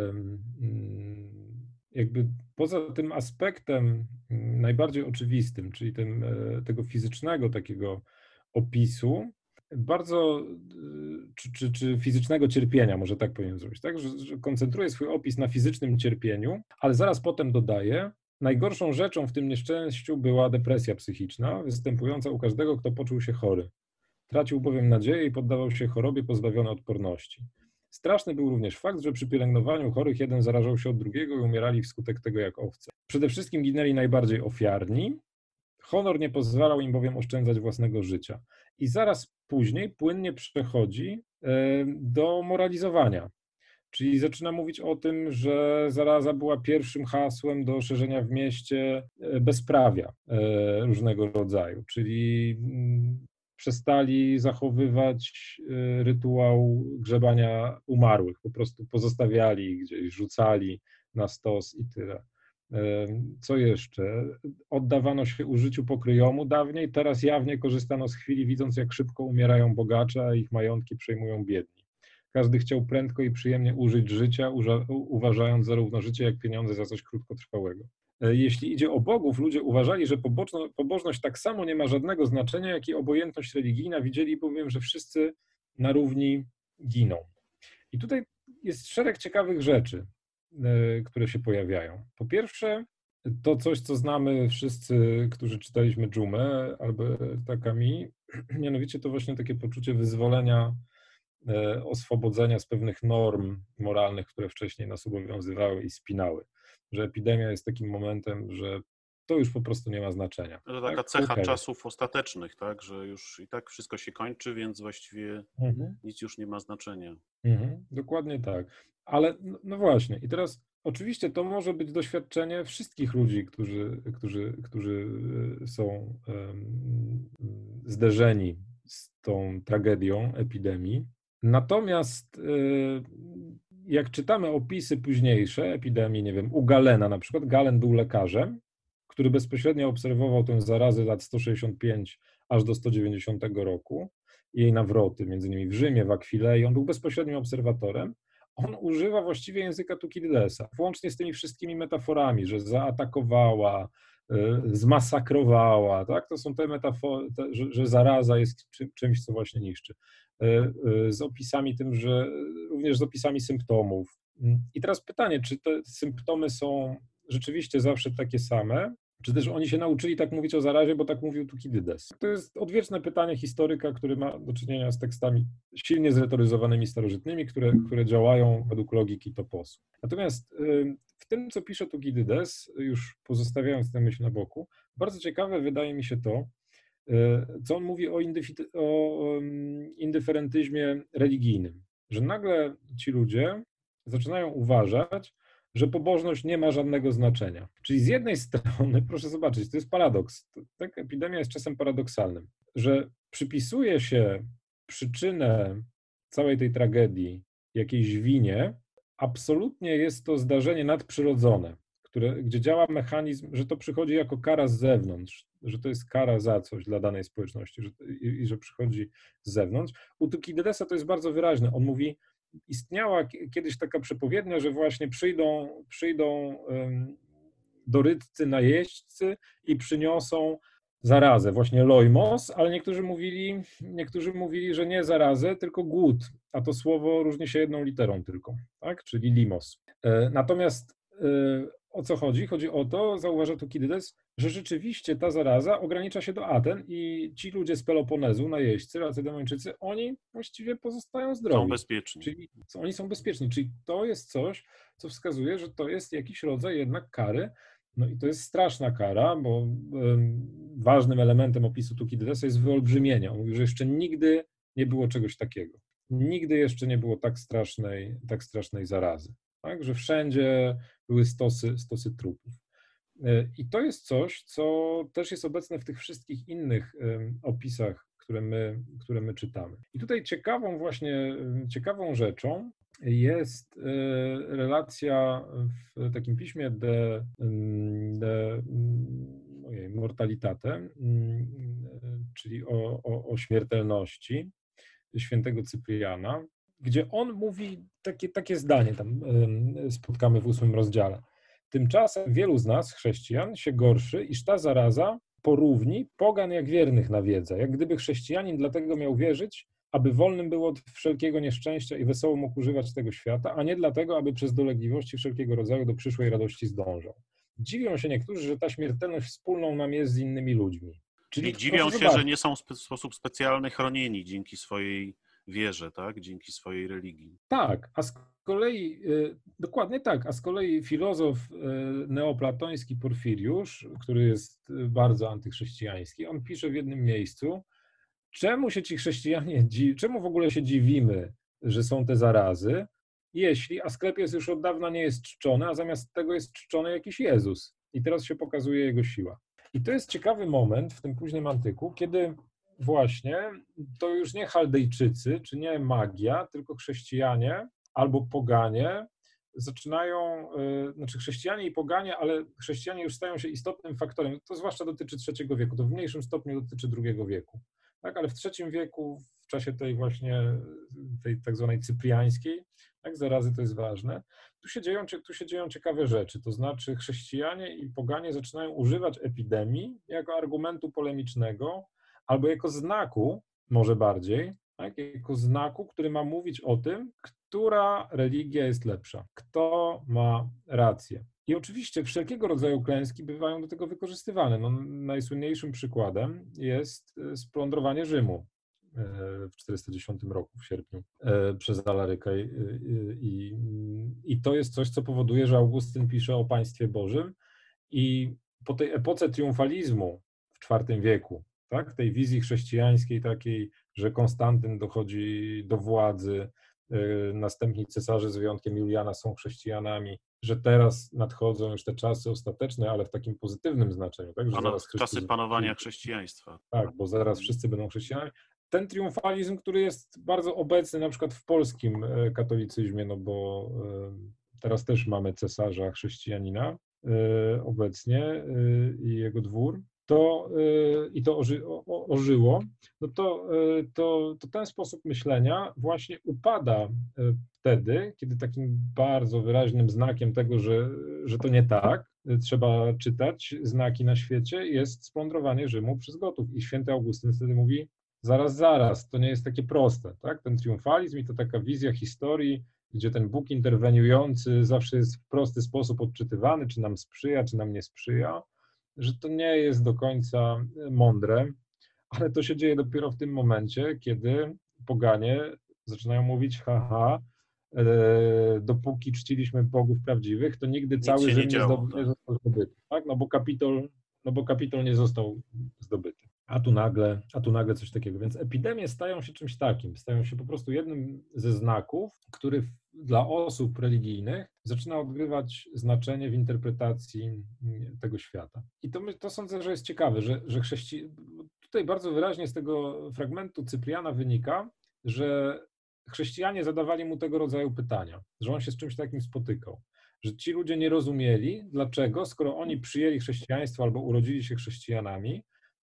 jakby poza tym aspektem najbardziej oczywistym, czyli tym, tego fizycznego takiego opisu, bardzo, czy, czy, czy fizycznego cierpienia, może tak powinien zrobić, tak? Że, że koncentruje swój opis na fizycznym cierpieniu, ale zaraz potem dodaje, najgorszą rzeczą w tym nieszczęściu była depresja psychiczna, występująca u każdego, kto poczuł się chory. Tracił bowiem nadzieję i poddawał się chorobie pozbawiony odporności. Straszny był również fakt, że przy pielęgnowaniu chorych jeden zarażał się od drugiego i umierali wskutek tego jak owce. Przede wszystkim ginęli najbardziej ofiarni, honor nie pozwalał im bowiem oszczędzać własnego życia. I zaraz później płynnie przechodzi do moralizowania. Czyli zaczyna mówić o tym, że zaraza była pierwszym hasłem do szerzenia w mieście bezprawia różnego rodzaju, czyli przestali zachowywać rytuał grzebania umarłych, po prostu pozostawiali ich gdzieś, rzucali na stos i tyle. Co jeszcze? Oddawano się użyciu pokryjomu dawniej, teraz jawnie korzystano z chwili, widząc jak szybko umierają bogacze, a ich majątki przejmują biedni. Każdy chciał prędko i przyjemnie użyć życia, uważając zarówno życie, jak pieniądze za coś krótkotrwałego. Jeśli idzie o bogów, ludzie uważali, że pobożno, pobożność tak samo nie ma żadnego znaczenia, jak i obojętność religijna, widzieli bowiem, że wszyscy na równi giną. I tutaj jest szereg ciekawych rzeczy, które się pojawiają. Po pierwsze, to coś, co znamy wszyscy, którzy czytaliśmy Dżumę albo Takami, mianowicie to właśnie takie poczucie wyzwolenia, oswobodzenia z pewnych norm moralnych, które wcześniej nas obowiązywały i spinały. Że epidemia jest takim momentem, że to już po prostu nie ma znaczenia. To taka Tak? cecha Okej. czasów ostatecznych, tak, że już i tak wszystko się kończy, więc właściwie Mhm. nic już nie ma znaczenia. Mhm, dokładnie tak. Ale no, no właśnie, i teraz oczywiście to może być doświadczenie wszystkich ludzi, którzy, którzy, którzy y, są em, zderzeni z tą tragedią epidemii. Natomiast y, jak czytamy opisy późniejsze epidemii, nie wiem, u Galena na przykład, Galen był lekarzem, który bezpośrednio obserwował tę zarazę lat sto sześćdziesiąt pięć aż do sto dziewięćdziesiątego roku, jej nawroty, między innymi w Rzymie, w Akwilei, on był bezpośrednim obserwatorem. On używa właściwie języka Tukidydesa, włącznie z tymi wszystkimi metaforami, że zaatakowała, y, zmasakrowała, tak? To są te metafory, te, że, że zaraza jest czym, czymś, co właśnie niszczy. Y, y, z opisami tym, że również z opisami symptomów. I teraz pytanie, czy te symptomy są rzeczywiście zawsze takie same, czy też oni się nauczyli tak mówić o zarazie, bo tak mówił Tukidydes? To jest odwieczne pytanie historyka, który ma do czynienia z tekstami silnie zretoryzowanymi starożytnymi, które, które działają według logiki toposu. Natomiast y, w tym, co pisze Tukidydes, już pozostawiając tę myśl na boku, bardzo ciekawe wydaje mi się to, y, co on mówi o, indyfi- o um, indyferentyzmie religijnym, że nagle ci ludzie zaczynają uważać, że pobożność nie ma żadnego znaczenia. Czyli z jednej strony, proszę zobaczyć, to jest paradoks, tak? Epidemia jest czasem paradoksalnym, że przypisuje się przyczynę całej tej tragedii jakiejś winie, absolutnie jest to zdarzenie nadprzyrodzone, które, gdzie działa mechanizm, że to przychodzi jako kara z zewnątrz, że to jest kara za coś dla danej społeczności że, i, i że przychodzi z zewnątrz. U Tukidydesa to jest bardzo wyraźne. On mówi, istniała kiedyś taka przepowiednia, że właśnie przyjdą, przyjdą dorydcy, najeźdźcy i przyniosą zarazę, właśnie loimos, ale niektórzy mówili, niektórzy mówili, że nie zarazę, tylko głód, a to słowo różni się jedną literą tylko, tak? Czyli limos. Natomiast o co chodzi? Chodzi o to, zauważa Tukidydes, że rzeczywiście ta zaraza ogranicza się do Aten i ci ludzie z Peloponezu, najeźdźcy, Lacedemończycy, oni właściwie pozostają zdrowi. Są bezpieczni. Czyli oni są bezpieczni. Czyli to jest coś, co wskazuje, że to jest jakiś rodzaj jednak kary. No i to jest straszna kara, bo um, ważnym elementem opisu Tukidydesa jest wyolbrzymienie. On mówi, że jeszcze nigdy nie było czegoś takiego. Nigdy jeszcze nie było tak strasznej, tak strasznej zarazy. Tak? Że wszędzie były stosy, stosy trupów. I to jest coś, co też jest obecne w tych wszystkich innych opisach, które my, które my czytamy. I tutaj ciekawą właśnie, ciekawą rzeczą jest relacja w takim piśmie De, de ojej, Mortalitate, czyli o, o, o śmiertelności świętego Cypriana, gdzie on mówi takie, takie zdanie, tam spotkamy w ósmym rozdziale. Tymczasem wielu z nas, chrześcijan, się gorszy, iż ta zaraza porówni pogan jak wiernych nawiedza. Jak gdyby chrześcijanin dlatego miał wierzyć, aby wolnym był od wszelkiego nieszczęścia i wesoło mógł używać tego świata, a nie dlatego, aby przez dolegliwości wszelkiego rodzaju do przyszłej radości zdążał. Dziwią się niektórzy, że ta śmiertelność wspólną nam jest z innymi ludźmi. Czyli dziwią się, że nie są w sposób specjalny chronieni dzięki swojej wierze, tak? Dzięki swojej religii. Tak, a z kolei, dokładnie tak, a z kolei filozof neoplatoński Porfiriusz, który jest bardzo antychrześcijański, on pisze w jednym miejscu, czemu się ci chrześcijanie, czemu w ogóle się dziwimy, że są te zarazy, jeśli Asklepios już od dawna nie jest czczony, a zamiast tego jest czczony jakiś Jezus. I teraz się pokazuje jego siła. I to jest ciekawy moment w tym późnym antyku, kiedy właśnie to już nie Chaldejczycy, czy nie magia, tylko chrześcijanie albo poganie zaczynają, znaczy chrześcijanie i poganie, ale chrześcijanie już stają się istotnym faktorem. To zwłaszcza dotyczy trzeciego wieku, to w mniejszym stopniu dotyczy drugiego wieku. Tak, ale w trzecim wieku, w czasie tej właśnie, tej tak zwanej cypriańskiej, tak, zarazy to jest ważne, tu się, dzieją, tu się dzieją ciekawe rzeczy, to znaczy chrześcijanie i poganie zaczynają używać epidemii jako argumentu polemicznego, albo jako znaku, może bardziej, tak, jako znaku, który ma mówić o tym, która religia jest lepsza, kto ma rację. I oczywiście wszelkiego rodzaju klęski bywają do tego wykorzystywane. No, najsłynniejszym przykładem jest splądrowanie Rzymu w czterysta dziesiątym roku, w sierpniu, przez Alarykę. I, i to jest coś, co powoduje, że Augustyn pisze o państwie Bożym i po tej epoce triumfalizmu w czwartym wieku, tak, tej wizji chrześcijańskiej takiej, że Konstantyn dochodzi do władzy, następni cesarze z wyjątkiem Juliana są chrześcijanami, że teraz nadchodzą już te czasy ostateczne, ale w takim pozytywnym znaczeniu, tak, że Pano, zaraz czasy Chrystus... panowania chrześcijaństwa. Tak, bo zaraz wszyscy będą chrześcijanami. Ten triumfalizm, który jest bardzo obecny na przykład w polskim katolicyzmie, no bo teraz też mamy cesarza chrześcijanina obecnie i jego dwór, to, i to oży, o, ożyło, no to, to, to ten sposób myślenia właśnie upada wtedy, kiedy takim bardzo wyraźnym znakiem tego, że, że to nie tak, trzeba czytać znaki na świecie, jest splądrowanie Rzymu przez Gotów. I święty Augustyn wtedy mówi, zaraz, zaraz, to nie jest takie proste, tak? Ten triumfalizm i to taka wizja historii, gdzie ten Bóg interweniujący zawsze jest w prosty sposób odczytywany, czy nam sprzyja, czy nam nie sprzyja, że to nie jest do końca mądre, ale to się dzieje dopiero w tym momencie, kiedy poganie zaczynają mówić, haha, e, dopóki czciliśmy bogów prawdziwych, to nigdy Nic cały się Rzym nie nie, działo, zdob- nie tak. został zdobyty, tak? No bo Kapitol, no bo Kapitol nie został zdobyty. A tu nagle, a tu nagle coś takiego. Więc epidemie stają się czymś takim, stają się po prostu jednym ze znaków, który w, dla osób religijnych zaczyna odgrywać znaczenie w interpretacji tego świata. I to, my, to sądzę, że jest ciekawe, że, że chrześci... tutaj bardzo wyraźnie z tego fragmentu Cypriana wynika, że chrześcijanie zadawali mu tego rodzaju pytania, że on się z czymś takim spotykał, że ci ludzie nie rozumieli, dlaczego, skoro oni przyjęli chrześcijaństwo albo urodzili się chrześcijanami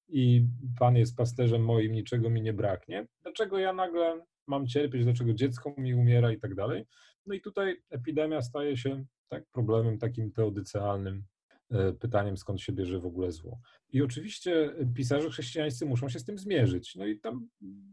i Pan jest pasterzem moim, niczego mi nie braknie, dlaczego ja nagle mam cierpieć, dlaczego dziecko mi umiera i tak dalej. No i tutaj epidemia staje się tak problemem takim teodycealnym, pytaniem, skąd się bierze w ogóle zło. I oczywiście pisarze chrześcijańscy muszą się z tym zmierzyć. No i tam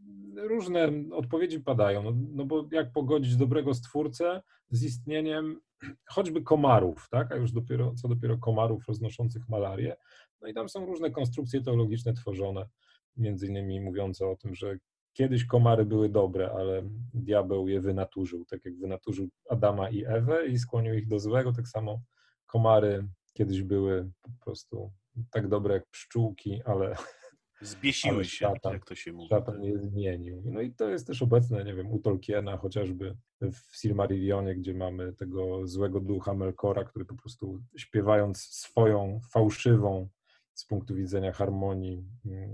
różne odpowiedzi padają, no, no bo jak pogodzić dobrego stwórcę z istnieniem choćby komarów, tak, a już dopiero, co dopiero komarów roznoszących malarię. No i tam są różne konstrukcje teologiczne tworzone, między innymi mówiące o tym, że kiedyś komary były dobre, ale diabeł je wynaturzył, tak jak wynaturzył Adama i Ewę i skłonił ich do złego, tak samo komary kiedyś były po prostu tak dobre jak pszczółki, ale, Zbiesiły ale się, szatan, jak to się mówi. szatan je zmienił. No i to jest też obecne, nie wiem, u Tolkiena, chociażby w Silmarillionie, gdzie mamy tego złego ducha Melkora, który po prostu śpiewając swoją fałszywą z punktu widzenia harmonii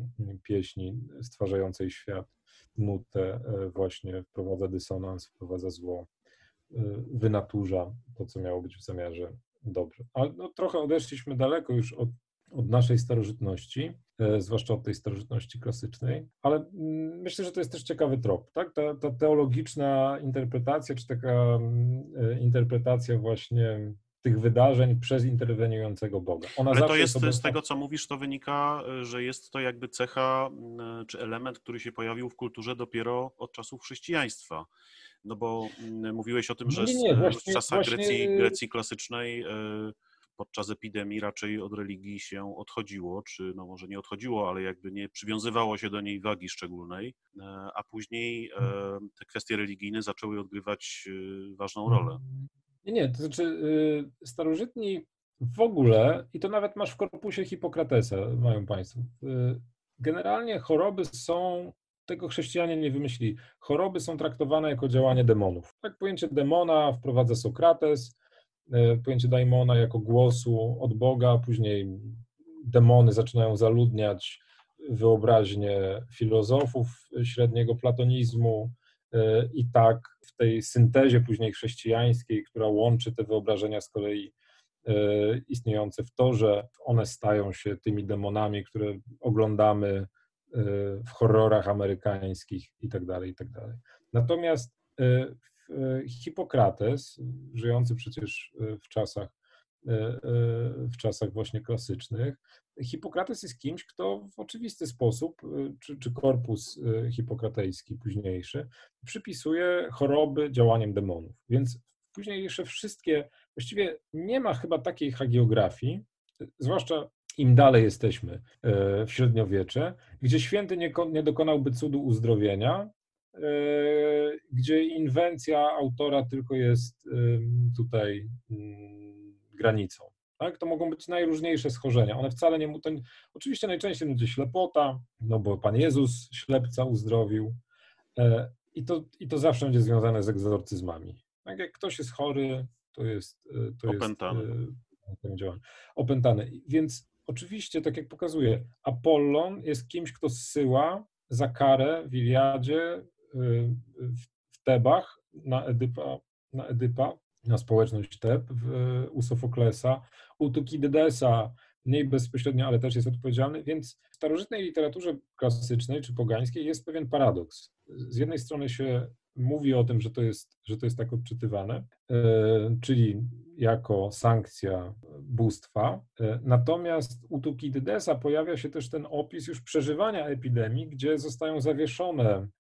pieśni stwarzającej świat nutę właśnie wprowadza dysonans, wprowadza zło, wynaturza to, co miało być w zamiarze dobrze. Ale no, trochę odeszliśmy daleko już od, od naszej starożytności, e, zwłaszcza od tej starożytności klasycznej, ale mm, myślę, że to jest też ciekawy trop, tak? Ta, ta teologiczna interpretacja, czy taka e, interpretacja właśnie tych wydarzeń przez interweniującego Boga. Ona Ale to zawsze jest, jest z tego co mówisz, to wynika, że jest to jakby cecha, czy element, który się pojawił w kulturze dopiero od czasów chrześcijaństwa. No bo mówiłeś o tym, No że nie, nie, w właśnie, czasach właśnie Grecji, Grecji klasycznej podczas epidemii raczej od religii się odchodziło, czy no może nie odchodziło, ale jakby nie przywiązywało się do niej wagi szczególnej, a później te kwestie religijne zaczęły odgrywać ważną rolę. Nie, nie, to znaczy starożytni w ogóle, i to nawet masz w korpusie Hipokratesa, mają państwo, generalnie choroby są, tego chrześcijanie nie wymyślili, choroby są traktowane jako działanie demonów. Tak, pojęcie demona wprowadza Sokrates, pojęcie daimona jako głosu od Boga, później demony zaczynają zaludniać wyobraźnię filozofów średniego platonizmu i tak w tej syntezie później chrześcijańskiej, która łączy te wyobrażenia z kolei istniejące w Torze, one stają się tymi demonami, które oglądamy w horrorach amerykańskich i tak dalej, i tak dalej. Natomiast Hipokrates, żyjący przecież w czasach, w czasach właśnie klasycznych, Hipokrates jest kimś, kto w oczywisty sposób, czy, czy korpus hipokratejski późniejszy, przypisuje choroby działaniem demonów. Więc później jeszcze wszystkie, właściwie nie ma chyba takiej hagiografii, zwłaszcza im dalej jesteśmy w średniowiecze, gdzie święty nie, nie dokonałby cudu uzdrowienia, gdzie inwencja autora tylko jest tutaj granicą. Tak? To mogą być najróżniejsze schorzenia. One wcale nie... mu- To, oczywiście najczęściej będzie ślepota, no bo Pan Jezus ślepca uzdrowił. E, I to, i to zawsze będzie związane z egzorcyzmami. Tak jak ktoś jest chory, to jest, e, to jest Opętany. e, ten działanie, opętany. Więc oczywiście, tak jak pokazuje, Apollon jest kimś, kto zsyła za karę w Iliadzie, e, w, w Tebach na Edypa, na Edypa, na społeczność Teb, w, u Sofoklesa, u Tukidydesa, mniej bezpośrednio, ale też jest odpowiedzialny, więc w starożytnej literaturze klasycznej czy pogańskiej jest pewien paradoks. Z jednej strony się mówi o tym, że to jest, że to jest tak odczytywane, e, czyli jako sankcja bóstwa, e, natomiast u Tukidydesa pojawia się też ten opis już przeżywania epidemii, gdzie zostają zawieszone e,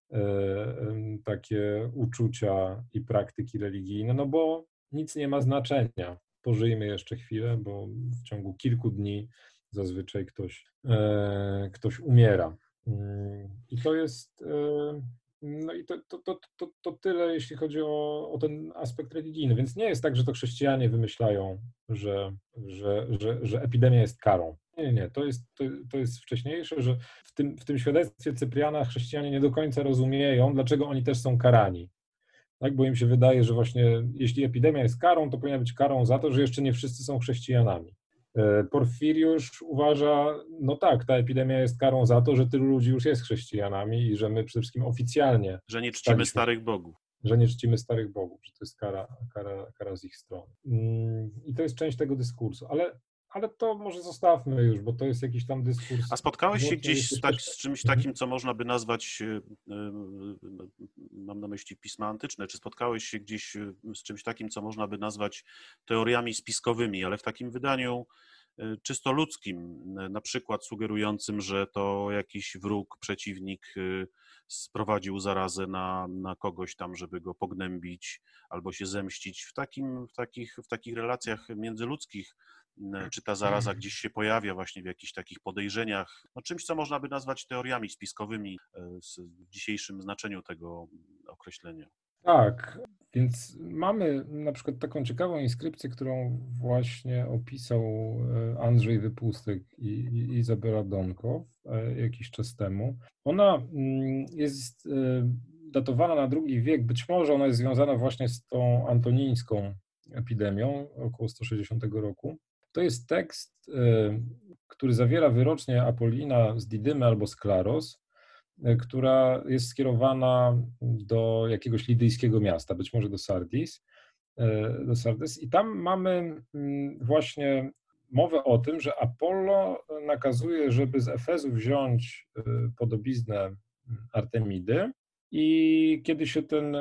e, takie uczucia i praktyki religijne, no bo nic nie ma znaczenia. Pożyjmy jeszcze chwilę, bo w ciągu kilku dni zazwyczaj ktoś, e, ktoś umiera. Mm, I to jest, e, no i to, to, to, to, to tyle, jeśli chodzi o, o ten aspekt religijny. Więc nie jest tak, że to chrześcijanie wymyślają, że, że, że, że epidemia jest karą. Nie, nie, nie. To jest, to, to jest wcześniejsze, że w tym, w tym świadectwie Cypriana chrześcijanie nie do końca rozumieją, dlaczego oni też są karani. Tak, bo im się wydaje, że właśnie jeśli epidemia jest karą, to powinna być karą za to, że jeszcze nie wszyscy są chrześcijanami. E, Porfiriusz uważa, no tak, ta epidemia jest karą za to, że tylu ludzi już jest chrześcijanami i że my przede wszystkim oficjalnie Że nie czcimy staliśmy, starych bogów. że nie czcimy starych bogów, że to jest kara, kara, kara z ich strony. Mm, I to jest część tego dyskursu, ale, ale to może zostawmy już, bo to jest jakiś tam dyskurs. A spotkałeś się Mocno gdzieś z, tak, jeszcze- z czymś Mhm. takim, co można by nazwać, e, e, mam na myśli pisma antyczne, czy spotkałeś się gdzieś e, z czymś takim, co można by nazwać teoriami spiskowymi, ale w takim wydaniu e, czysto ludzkim, e, na przykład sugerującym, że to jakiś wróg, przeciwnik e, sprowadził zarazę na, na kogoś tam, żeby go pognębić albo się zemścić. W, takim, w, takich, w takich relacjach międzyludzkich, czy ta zaraza gdzieś się pojawia właśnie w jakichś takich podejrzeniach, no czymś, co można by nazwać teoriami spiskowymi e, w dzisiejszym znaczeniu tego określenia. Tak, więc mamy na przykład taką ciekawą inskrypcję, którą właśnie opisał e, Andrzej Wypustek i, i Izabela Donkow e, jakiś czas temu. Ona mm, jest e, datowana na drugi wiek, być może ona jest związana właśnie z tą antonińską epidemią około sto sześćdziesiątego roku. To jest tekst, e, który zawiera wyrocznie Apolina z Didymy albo z Klaros, która jest skierowana do jakiegoś lidyjskiego miasta, być może do Sardis, do Sardes. I tam mamy właśnie mowę o tym, że Apollo nakazuje, żeby z Efezu wziąć podobiznę Artemidy i kiedy się ten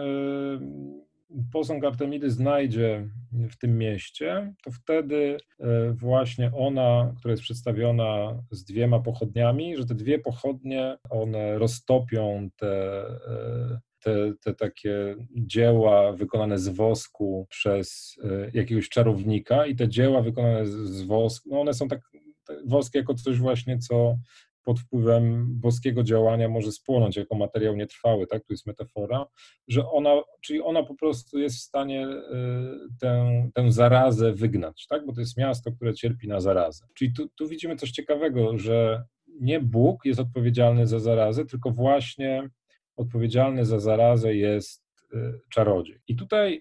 posąg Artemidy znajdzie w tym mieście, to wtedy właśnie ona, która jest przedstawiona z dwiema pochodniami, że te dwie pochodnie, one roztopią te, te, te takie dzieła wykonane z wosku przez jakiegoś czarownika i te dzieła wykonane z wosku, no one są tak, wosk jako coś właśnie, co pod wpływem boskiego działania może spłonąć jako materiał nietrwały, tak, tu jest metafora, że ona, czyli ona po prostu jest w stanie tę, tę zarazę wygnać, tak, bo to jest miasto, które cierpi na zarazę. Czyli tu, tu widzimy coś ciekawego, że nie Bóg jest odpowiedzialny za zarazę, tylko właśnie odpowiedzialny za zarazę jest czarodziej. I tutaj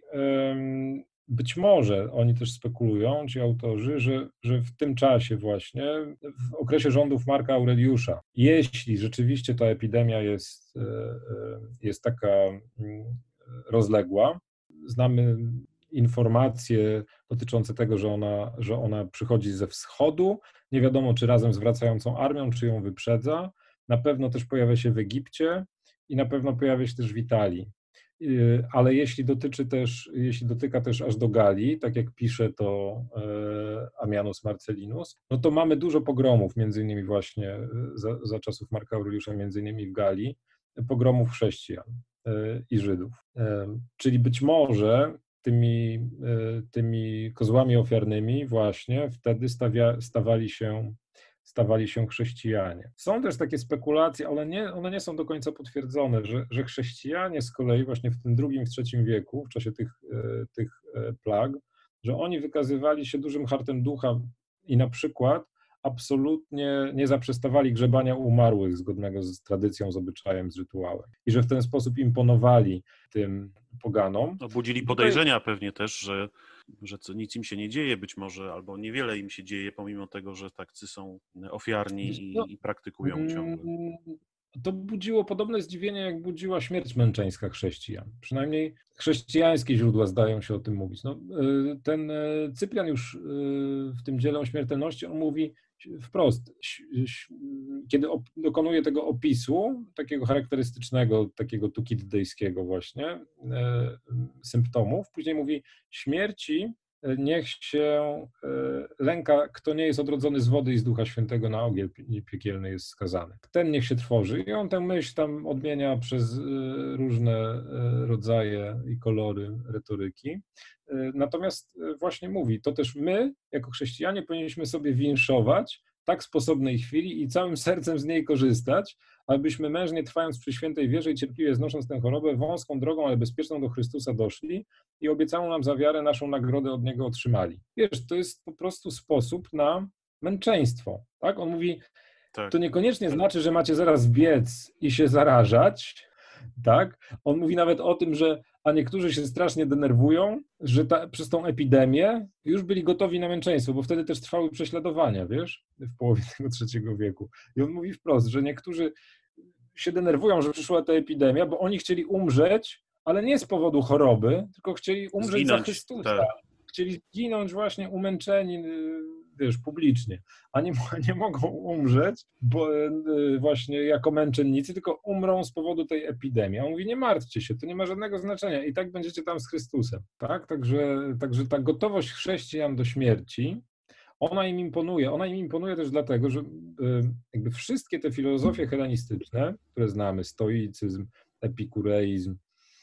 być może oni też spekulują, ci autorzy, że, że w tym czasie właśnie, w okresie rządów Marka Aureliusza, jeśli rzeczywiście ta epidemia jest, jest taka rozległa, znamy informacje dotyczące tego, że ona, że ona przychodzi ze wschodu, nie wiadomo czy razem z wracającą armią, czy ją wyprzedza, na pewno też pojawia się w Egipcie i na pewno pojawia się też w Italii. Ale jeśli dotyczy też, jeśli dotyka też aż do Galii, tak jak pisze to Ammianus Marcellinus, no to mamy dużo pogromów, między innymi właśnie za, za czasów Marka Aureliusza, między innymi w Galii, pogromów chrześcijan i Żydów. Czyli być może tymi, tymi kozłami ofiarnymi właśnie wtedy stawia, stawali się stawali się chrześcijanie. Są też takie spekulacje, ale nie, one nie są do końca potwierdzone, że, że chrześcijanie z kolei właśnie w tym drugim, w trzecim wieku, w czasie tych, tych plag, że oni wykazywali się dużym hartem ducha i na przykład absolutnie nie zaprzestawali grzebania umarłych zgodnego z tradycją, z obyczajem, z rytuałem. I że w ten sposób imponowali tym poganom. No, budzili Tutaj- podejrzenia pewnie też, że, że co, nic im się nie dzieje być może, albo niewiele im się dzieje, pomimo tego, że takcy są ofiarni No, i, i praktykują ciągle. Mm, To budziło podobne zdziwienie, jak budziła śmierć męczeńska chrześcijan. Przynajmniej chrześcijańskie źródła zdają się o tym mówić. No, y, ten y, Cyprian już y, w tym dziele o śmiertelności, on mówi wprost, ś- ś- kiedy op- dokonuje tego opisu, takiego charakterystycznego, takiego tukiddyjskiego właśnie, y, symptomów, później mówi, śmierci niech się lęka, kto nie jest odrodzony z wody i z Ducha Świętego, na ogień piekielny jest skazany. Ten niech się trwoży. I on tę myśl tam odmienia przez różne rodzaje i kolory retoryki. Natomiast właśnie mówi, to też my, jako chrześcijanie, powinniśmy sobie winszować tak sposobnej chwili i całym sercem z niej korzystać, abyśmy mężnie, trwając przy świętej wierze i cierpliwie znosząc tę chorobę, wąską drogą, ale bezpieczną do Chrystusa doszli i obiecaną nam za wiarę naszą nagrodę od Niego otrzymali. Wiesz, to jest po prostu sposób na męczeństwo, tak? On mówi, Tak. to niekoniecznie znaczy, że macie zaraz biec i się zarażać, tak? On mówi nawet o tym, że a niektórzy się strasznie denerwują, że ta, przez tą epidemię już byli gotowi na męczeństwo, bo wtedy też trwały prześladowania, wiesz, w połowie tego trzeciego wieku. I on mówi wprost, że niektórzy się denerwują, że przyszła ta epidemia, bo oni chcieli umrzeć, ale nie z powodu choroby, tylko chcieli umrzeć Zginąć, za Chrystusa. tak. Chcieli zginąć właśnie umęczeni, wiesz, publicznie, a nie, nie mogą umrzeć bo, właśnie jako męczennicy, tylko umrą z powodu tej epidemii. A on mówi, nie martwcie się, to nie ma żadnego znaczenia i tak będziecie tam z Chrystusem. Tak? Także, także ta gotowość chrześcijan do śmierci, ona im imponuje. Ona im imponuje też dlatego, że jakby wszystkie te filozofie helenistyczne, które znamy, stoicyzm, epikureizm,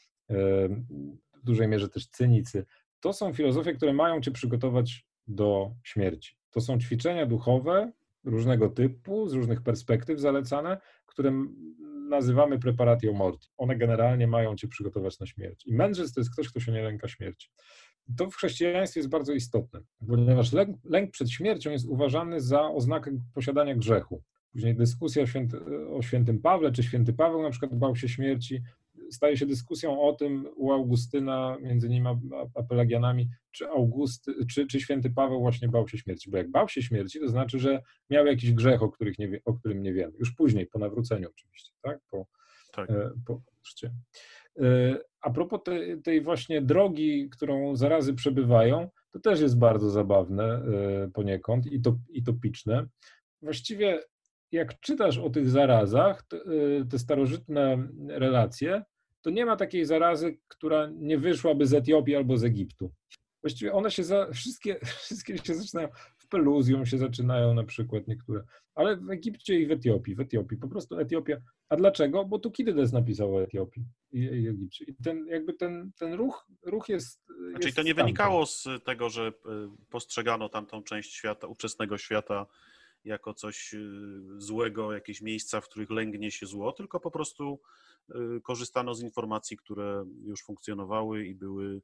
w dużej mierze też cynicy, to są filozofie, które mają cię przygotować do śmierci. To są ćwiczenia duchowe różnego typu, z różnych perspektyw zalecane, które nazywamy preparatio morti. One generalnie mają cię przygotować na śmierć. I mędrzec to jest ktoś, kto się nie lęka śmierci. To w chrześcijaństwie jest bardzo istotne, ponieważ lęk, lęk przed śmiercią jest uważany za oznakę posiadania grzechu. Później dyskusja o, święty, o świętym Pawle, czy święty Paweł na przykład bał się śmierci, staje się dyskusją o tym u Augustyna, między nim a, a Pelagianami, czy, August, czy, czy święty Paweł właśnie bał się śmierci. Bo jak bał się śmierci, to znaczy, że miał jakiś grzech, o, których nie wie, o którym nie wiemy. Już później, po nawróceniu oczywiście, tak? Po, Tak. po chrzcie. A propos tej, tej właśnie drogi, którą zarazy przebywają, to też jest bardzo zabawne poniekąd i, to, i topiczne. Właściwie jak czytasz o tych zarazach, te, te starożytne relacje, to nie ma takiej zarazy, która nie wyszłaby z Etiopii albo z Egiptu. Właściwie one się, za, wszystkie, wszystkie się zaczynają, w Peluzjum się zaczynają na przykład niektóre, ale w Egipcie i w Etiopii, w Etiopii, po prostu Etiopia. A dlaczego? Bo Tukidydes napisał o Etiopii i, i Egipcie. I ten, jakby ten, ten ruch, ruch jest... Znaczy, jest to nie stamtąd. wynikało z tego, że postrzegano tamtą część świata, ówczesnego świata jako coś złego, jakieś miejsca, w których lęgnie się zło, tylko po prostu korzystano z informacji, które już funkcjonowały i były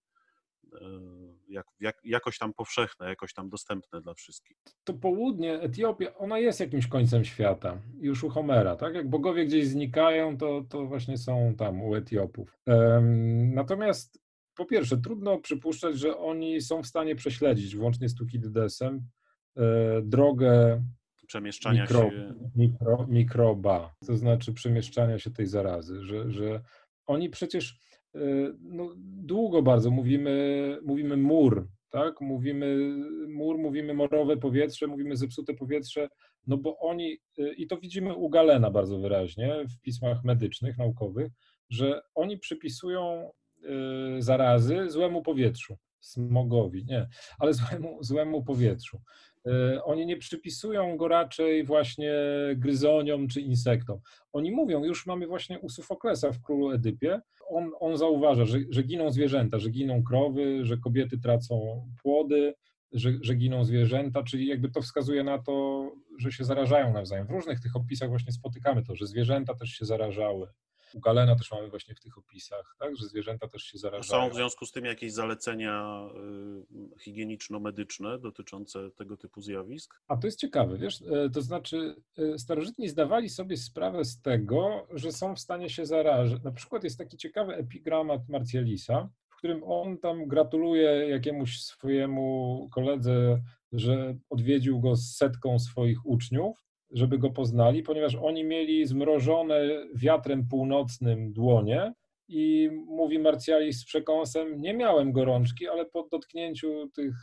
jak, jak, jakoś tam powszechne, jakoś tam dostępne dla wszystkich. To południe, Etiopia, ona jest jakimś końcem świata, już u Homera, tak? Jak bogowie gdzieś znikają, to, to właśnie są tam u Etiopów. Um, natomiast po pierwsze, trudno przypuszczać, że oni są w stanie prześledzić, włącznie z Tukidydesem, e, drogę przemieszczania mikro, się... Mikro, mikroba, to znaczy przemieszczania się tej zarazy, że, że oni przecież no, długo bardzo mówimy, mówimy mur, tak? Mówimy mur, mówimy morowe powietrze, mówimy zepsute powietrze, no bo oni, i to widzimy u Galena bardzo wyraźnie w pismach medycznych, naukowych, że oni przypisują zarazy złemu powietrzu, smogowi, nie, ale złemu, złemu powietrzu. Oni nie przypisują go raczej właśnie gryzoniom czy insektom. Oni mówią, już mamy właśnie u Sofoklesa w Królu Edypie, on, on zauważa, że, że giną zwierzęta, że giną krowy, że kobiety tracą płody, że, że giną zwierzęta, czyli jakby to wskazuje na to, że się zarażają nawzajem. W różnych tych opisach właśnie spotykamy to, że zwierzęta też się zarażały. U Galena też mamy właśnie w tych opisach, tak, że zwierzęta też się Są zarażają. w związku z tym jakieś zalecenia y, higieniczno-medyczne dotyczące tego typu zjawisk? A to jest ciekawe, wiesz, e, to znaczy e, starożytni zdawali sobie sprawę z tego, że są w stanie się zarażać. Na przykład jest taki ciekawy epigramat Martialisa, w którym on tam gratuluje jakiemuś swojemu koledze, że odwiedził go z setką swoich uczniów, żeby go poznali, ponieważ oni mieli zmrożone wiatrem północnym dłonie i mówi Martialis z przekąsem, nie miałem gorączki, ale po dotknięciu tych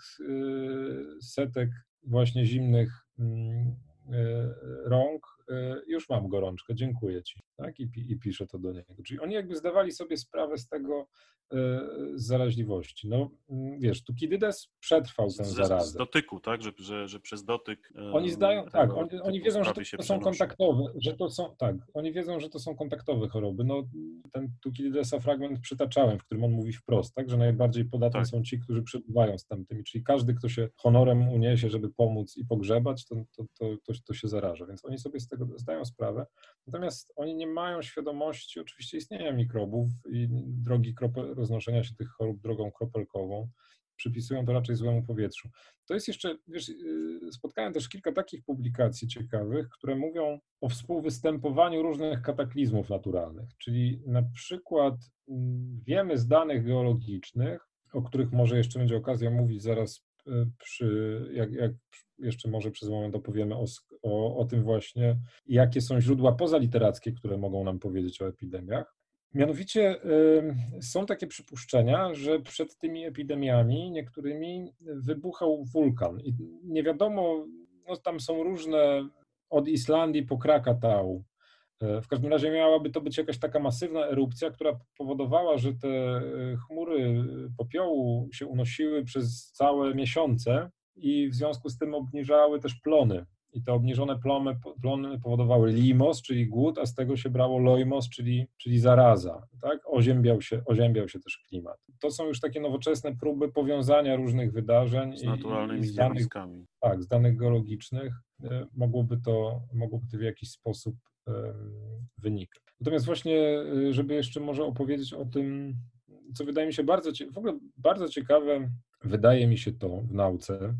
y, setek właśnie zimnych mm, e, rąk, e, już mam gorączkę, dziękuję ci. Tak? I, pi- I pisze to do niego. Czyli oni jakby zdawali sobie sprawę z tego, e, z zaraźliwości. No mm, wiesz, Tukidydes przetrwał tę Z, z, z zarazę. dotyku, tak? Że, że, że przez dotyk Oni em, zdają, tak, tego oni, oni typu wiedzą, że to, sprawy się to są przenosi. kontaktowe, że to są, tak, oni wiedzą, że to są kontaktowe choroby. No, ten Tukidydesa fragment przytaczałem, w którym on mówi wprost, tak, że najbardziej podatni Tak. są ci, którzy przebywają z tamtymi, czyli każdy, kto się honorem uniesie, żeby pomóc i pogrzebać, to, to, to, to, to się zaraża, więc oni sobie z tego zdają sprawę. Natomiast oni nie mają świadomości oczywiście istnienia mikrobów i drogi kropel, roznoszenia się tych chorób drogą kropelkową. Przypisują to raczej złemu powietrzu. To jest jeszcze, wiesz, yy, spotkałem też kilka takich publikacji ciekawych, które mówią o współwystępowaniu różnych kataklizmów naturalnych, czyli na przykład mm, wiemy z danych geologicznych, o których może jeszcze będzie okazja mówić zaraz yy, przy, jak, jak jeszcze może przez moment opowiemy o, o, o tym właśnie, jakie są źródła pozaliterackie, które mogą nam powiedzieć o epidemiach. Mianowicie y, są takie przypuszczenia, że przed tymi epidemiami niektórymi wybuchał wulkan i nie wiadomo, no tam są różne, od Islandii po Krakatau. Y, W każdym razie miałaby to być jakaś taka masywna erupcja, która powodowała, że te y, chmury popiołu się unosiły przez całe miesiące i w związku z tym obniżały też plony. I te obniżone plomy, plony powodowały limos, czyli głód, a z tego się brało loimos, czyli, czyli zaraza. Tak? Oziębiał się, oziębiał się też klimat. To są już takie nowoczesne próby powiązania różnych wydarzeń Z i, i, i naturalnymi z danych, zjawiskami. tak, z danych geologicznych e, mogłoby to, mogłoby to w jakiś sposób um, wynikać. Natomiast właśnie, e, żeby jeszcze może opowiedzieć o tym, co wydaje mi się bardzo, w ogóle bardzo ciekawe, wydaje mi się to w nauce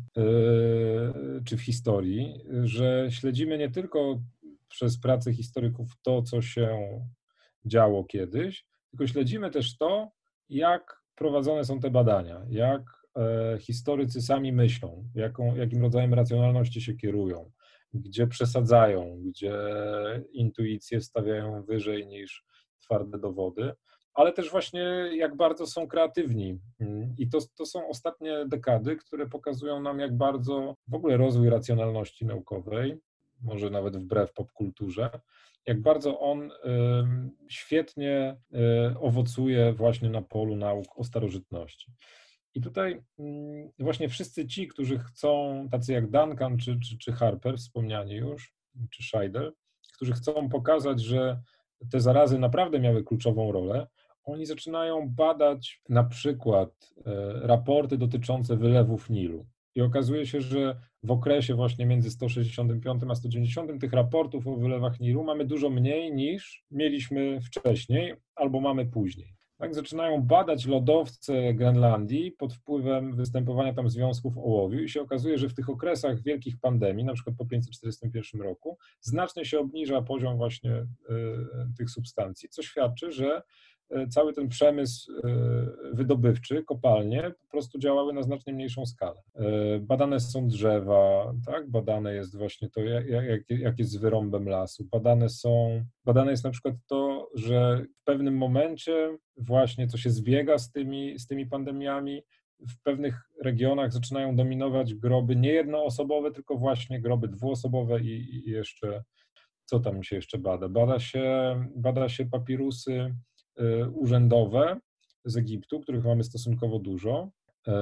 yy, czy w historii, że śledzimy nie tylko przez pracę historyków to, co się działo kiedyś, tylko śledzimy też to, jak prowadzone są te badania, jak e, historycy sami myślą, jaką, jakim rodzajem racjonalności się kierują, gdzie przesadzają, gdzie intuicje stawiają wyżej niż twarde dowody, ale też właśnie jak bardzo są kreatywni. I to, to są ostatnie dekady, które pokazują nam, jak bardzo w ogóle rozwój racjonalności naukowej, może nawet wbrew popkulturze, jak bardzo on y, świetnie y, owocuje właśnie na polu nauk o starożytności. I tutaj y, właśnie wszyscy ci, którzy chcą, tacy jak Duncan czy, czy, czy Harper, wspomniani już, czy Scheidel, którzy chcą pokazać, że te zarazy naprawdę miały kluczową rolę, oni zaczynają badać na przykład raporty dotyczące wylewów Nilu. I okazuje się, że w okresie właśnie między sto sześćdziesiątym piątym a sto dziewięćdziesiątym tych raportów o wylewach Nilu mamy dużo mniej niż mieliśmy wcześniej albo mamy później. Tak, zaczynają badać lodowce Grenlandii pod wpływem występowania tam związków ołowiu i się okazuje, że w tych okresach wielkich pandemii, na przykład po pięćset czterdziestym pierwszym roku, znacznie się obniża poziom właśnie y, tych substancji, co świadczy, że cały ten przemysł wydobywczy, kopalnie po prostu działały na znacznie mniejszą skalę. Badane są drzewa, tak? Badane jest właśnie to, jak, jak, jak jest z wyrąbem lasu. Badane są, badane jest na przykład to, że w pewnym momencie właśnie, co się zbiega z tymi, z tymi pandemiami, w pewnych regionach zaczynają dominować groby nie jednoosobowe, tylko właśnie groby dwuosobowe i, i jeszcze, co tam się jeszcze bada? Bada się, bada się papirusy urzędowe z Egiptu, których mamy stosunkowo dużo.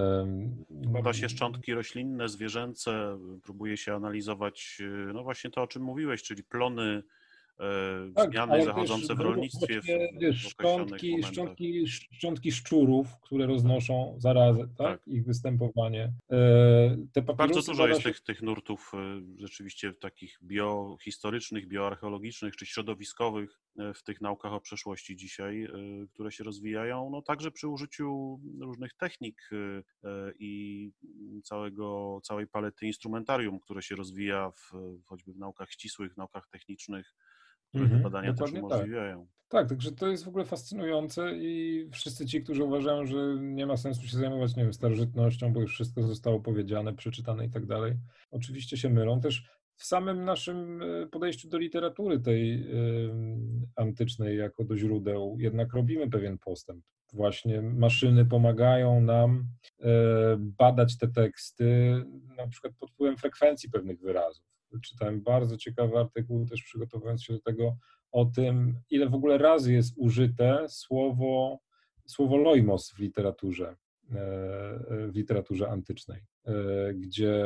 Bada się szczątki roślinne, zwierzęce, próbuje się analizować, no właśnie to, o czym mówiłeś, czyli plony, tak, zmiany ale zachodzące też w rolnictwie w, właśnie, wiesz, w określonych szczątki, momentach. szczątki, szczątki szczurów, które roznoszą zarazę, tak? Tak. Ich występowanie. Te Bardzo papirusy dużo jest się... tych, tych nurtów rzeczywiście takich biohistorycznych, bioarcheologicznych czy środowiskowych. w tych naukach o przeszłości dzisiaj, które się rozwijają, no także przy użyciu różnych technik i całego, całej palety instrumentarium, które się rozwija w, choćby w naukach ścisłych, w naukach technicznych, które te Mhm, badania też dokładnie tak. umożliwiają. Tak, także to jest w ogóle fascynujące i wszyscy ci, którzy uważają, że nie ma sensu się zajmować, nie wiem, starożytnością, bo już wszystko zostało powiedziane, przeczytane i tak dalej, oczywiście się mylą. Też w samym naszym podejściu do literatury tej y, antycznej jako do źródeł jednak robimy pewien postęp. Właśnie maszyny pomagają nam y, badać te teksty, na przykład pod wpływem frekwencji pewnych wyrazów. Czytałem bardzo ciekawy artykuł, też przygotowując się do tego, o tym, ile w ogóle razy jest użyte słowo, słowo loimos w literaturze, w literaturze antycznej, gdzie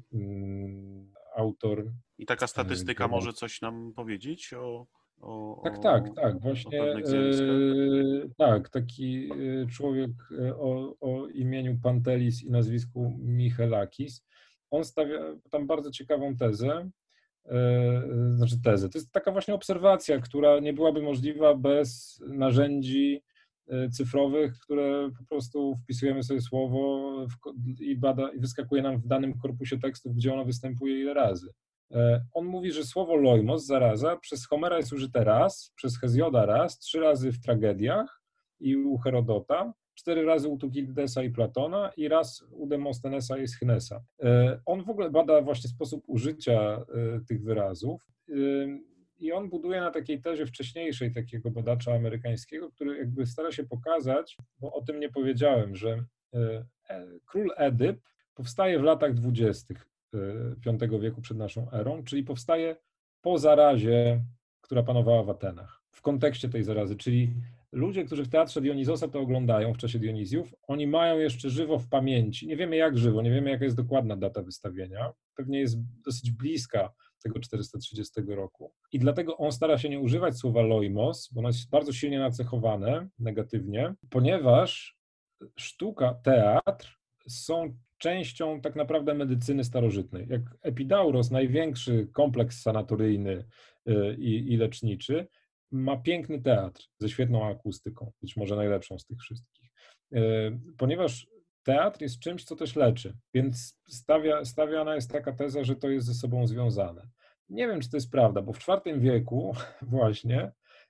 autor... I taka statystyka może coś nam powiedzieć o, o, Tak, tak, tak, o właśnie pewnych zjawiskach? tak, taki człowiek o, o imieniu Pantelis i nazwisku Michelakis, on stawia tam bardzo ciekawą tezę, znaczy tezę. To jest taka właśnie obserwacja, która nie byłaby możliwa bez narzędzi cyfrowych, które po prostu wpisujemy sobie słowo i, bada, i wyskakuje nam w danym korpusie tekstów, gdzie ono występuje ile razy. On mówi, że słowo loimos, zaraza, przez Homera jest użyte raz, przez Hezjoda raz, trzy razy w tragediach i u Herodota, cztery razy u Tukididesa i Platona i raz u Demostenesa i Schnesa. On w ogóle bada właśnie sposób użycia tych wyrazów i on buduje na takiej tezie wcześniejszej takiego badacza amerykańskiego, który jakby stara się pokazać, bo o tym nie powiedziałem, że król Edyp powstaje w latach dwudziestych piątego wieku przed naszą erą, czyli powstaje po zarazie, która panowała w Atenach. W kontekście tej zarazy, czyli ludzie, którzy w Teatrze Dionizosa to oglądają w czasie Dionizjów, oni mają jeszcze żywo w pamięci, nie wiemy jak żywo, nie wiemy jaka jest dokładna data wystawienia, pewnie jest dosyć bliska tego czterysta trzydziestego roku. I dlatego on stara się nie używać słowa loimos, bo ono jest bardzo silnie nacechowane negatywnie, ponieważ sztuka, teatr są częścią tak naprawdę medycyny starożytnej. Jak Epidauros, największy kompleks sanatoryjny i, i leczniczy, ma piękny teatr ze świetną akustyką, być może najlepszą z tych wszystkich. Ponieważ teatr jest czymś, co też leczy, więc stawia, stawiana jest taka teza, że to jest ze sobą związane. Nie wiem, czy to jest prawda, bo w czwartym wieku właśnie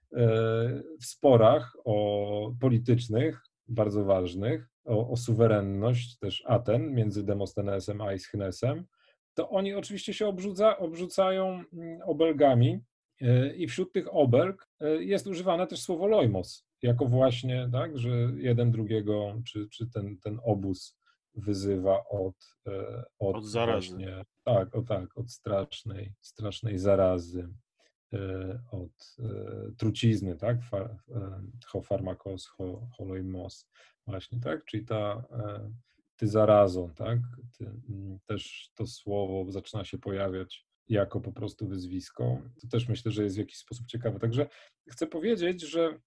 w sporach o politycznych, bardzo ważnych, o, o suwerenność też Aten między Demostenesem a Ischnesem, to oni oczywiście się obrzuca, obrzucają obelgami i wśród tych obelg jest używane też słowo loimos, jako właśnie, tak, że jeden drugiego, czy, czy ten, ten obóz wyzywa od, od, Od zarazy. Właśnie, tak, o tak, od strasznej, strasznej zarazy, od trucizny, tak, ho farmakos, ho, ho loimos, właśnie, tak, czyli ta, ty zarazą, tak, ty, też to słowo zaczyna się pojawiać jako po prostu wyzwisko. To też myślę, że jest w jakiś sposób ciekawe. Także chcę powiedzieć, że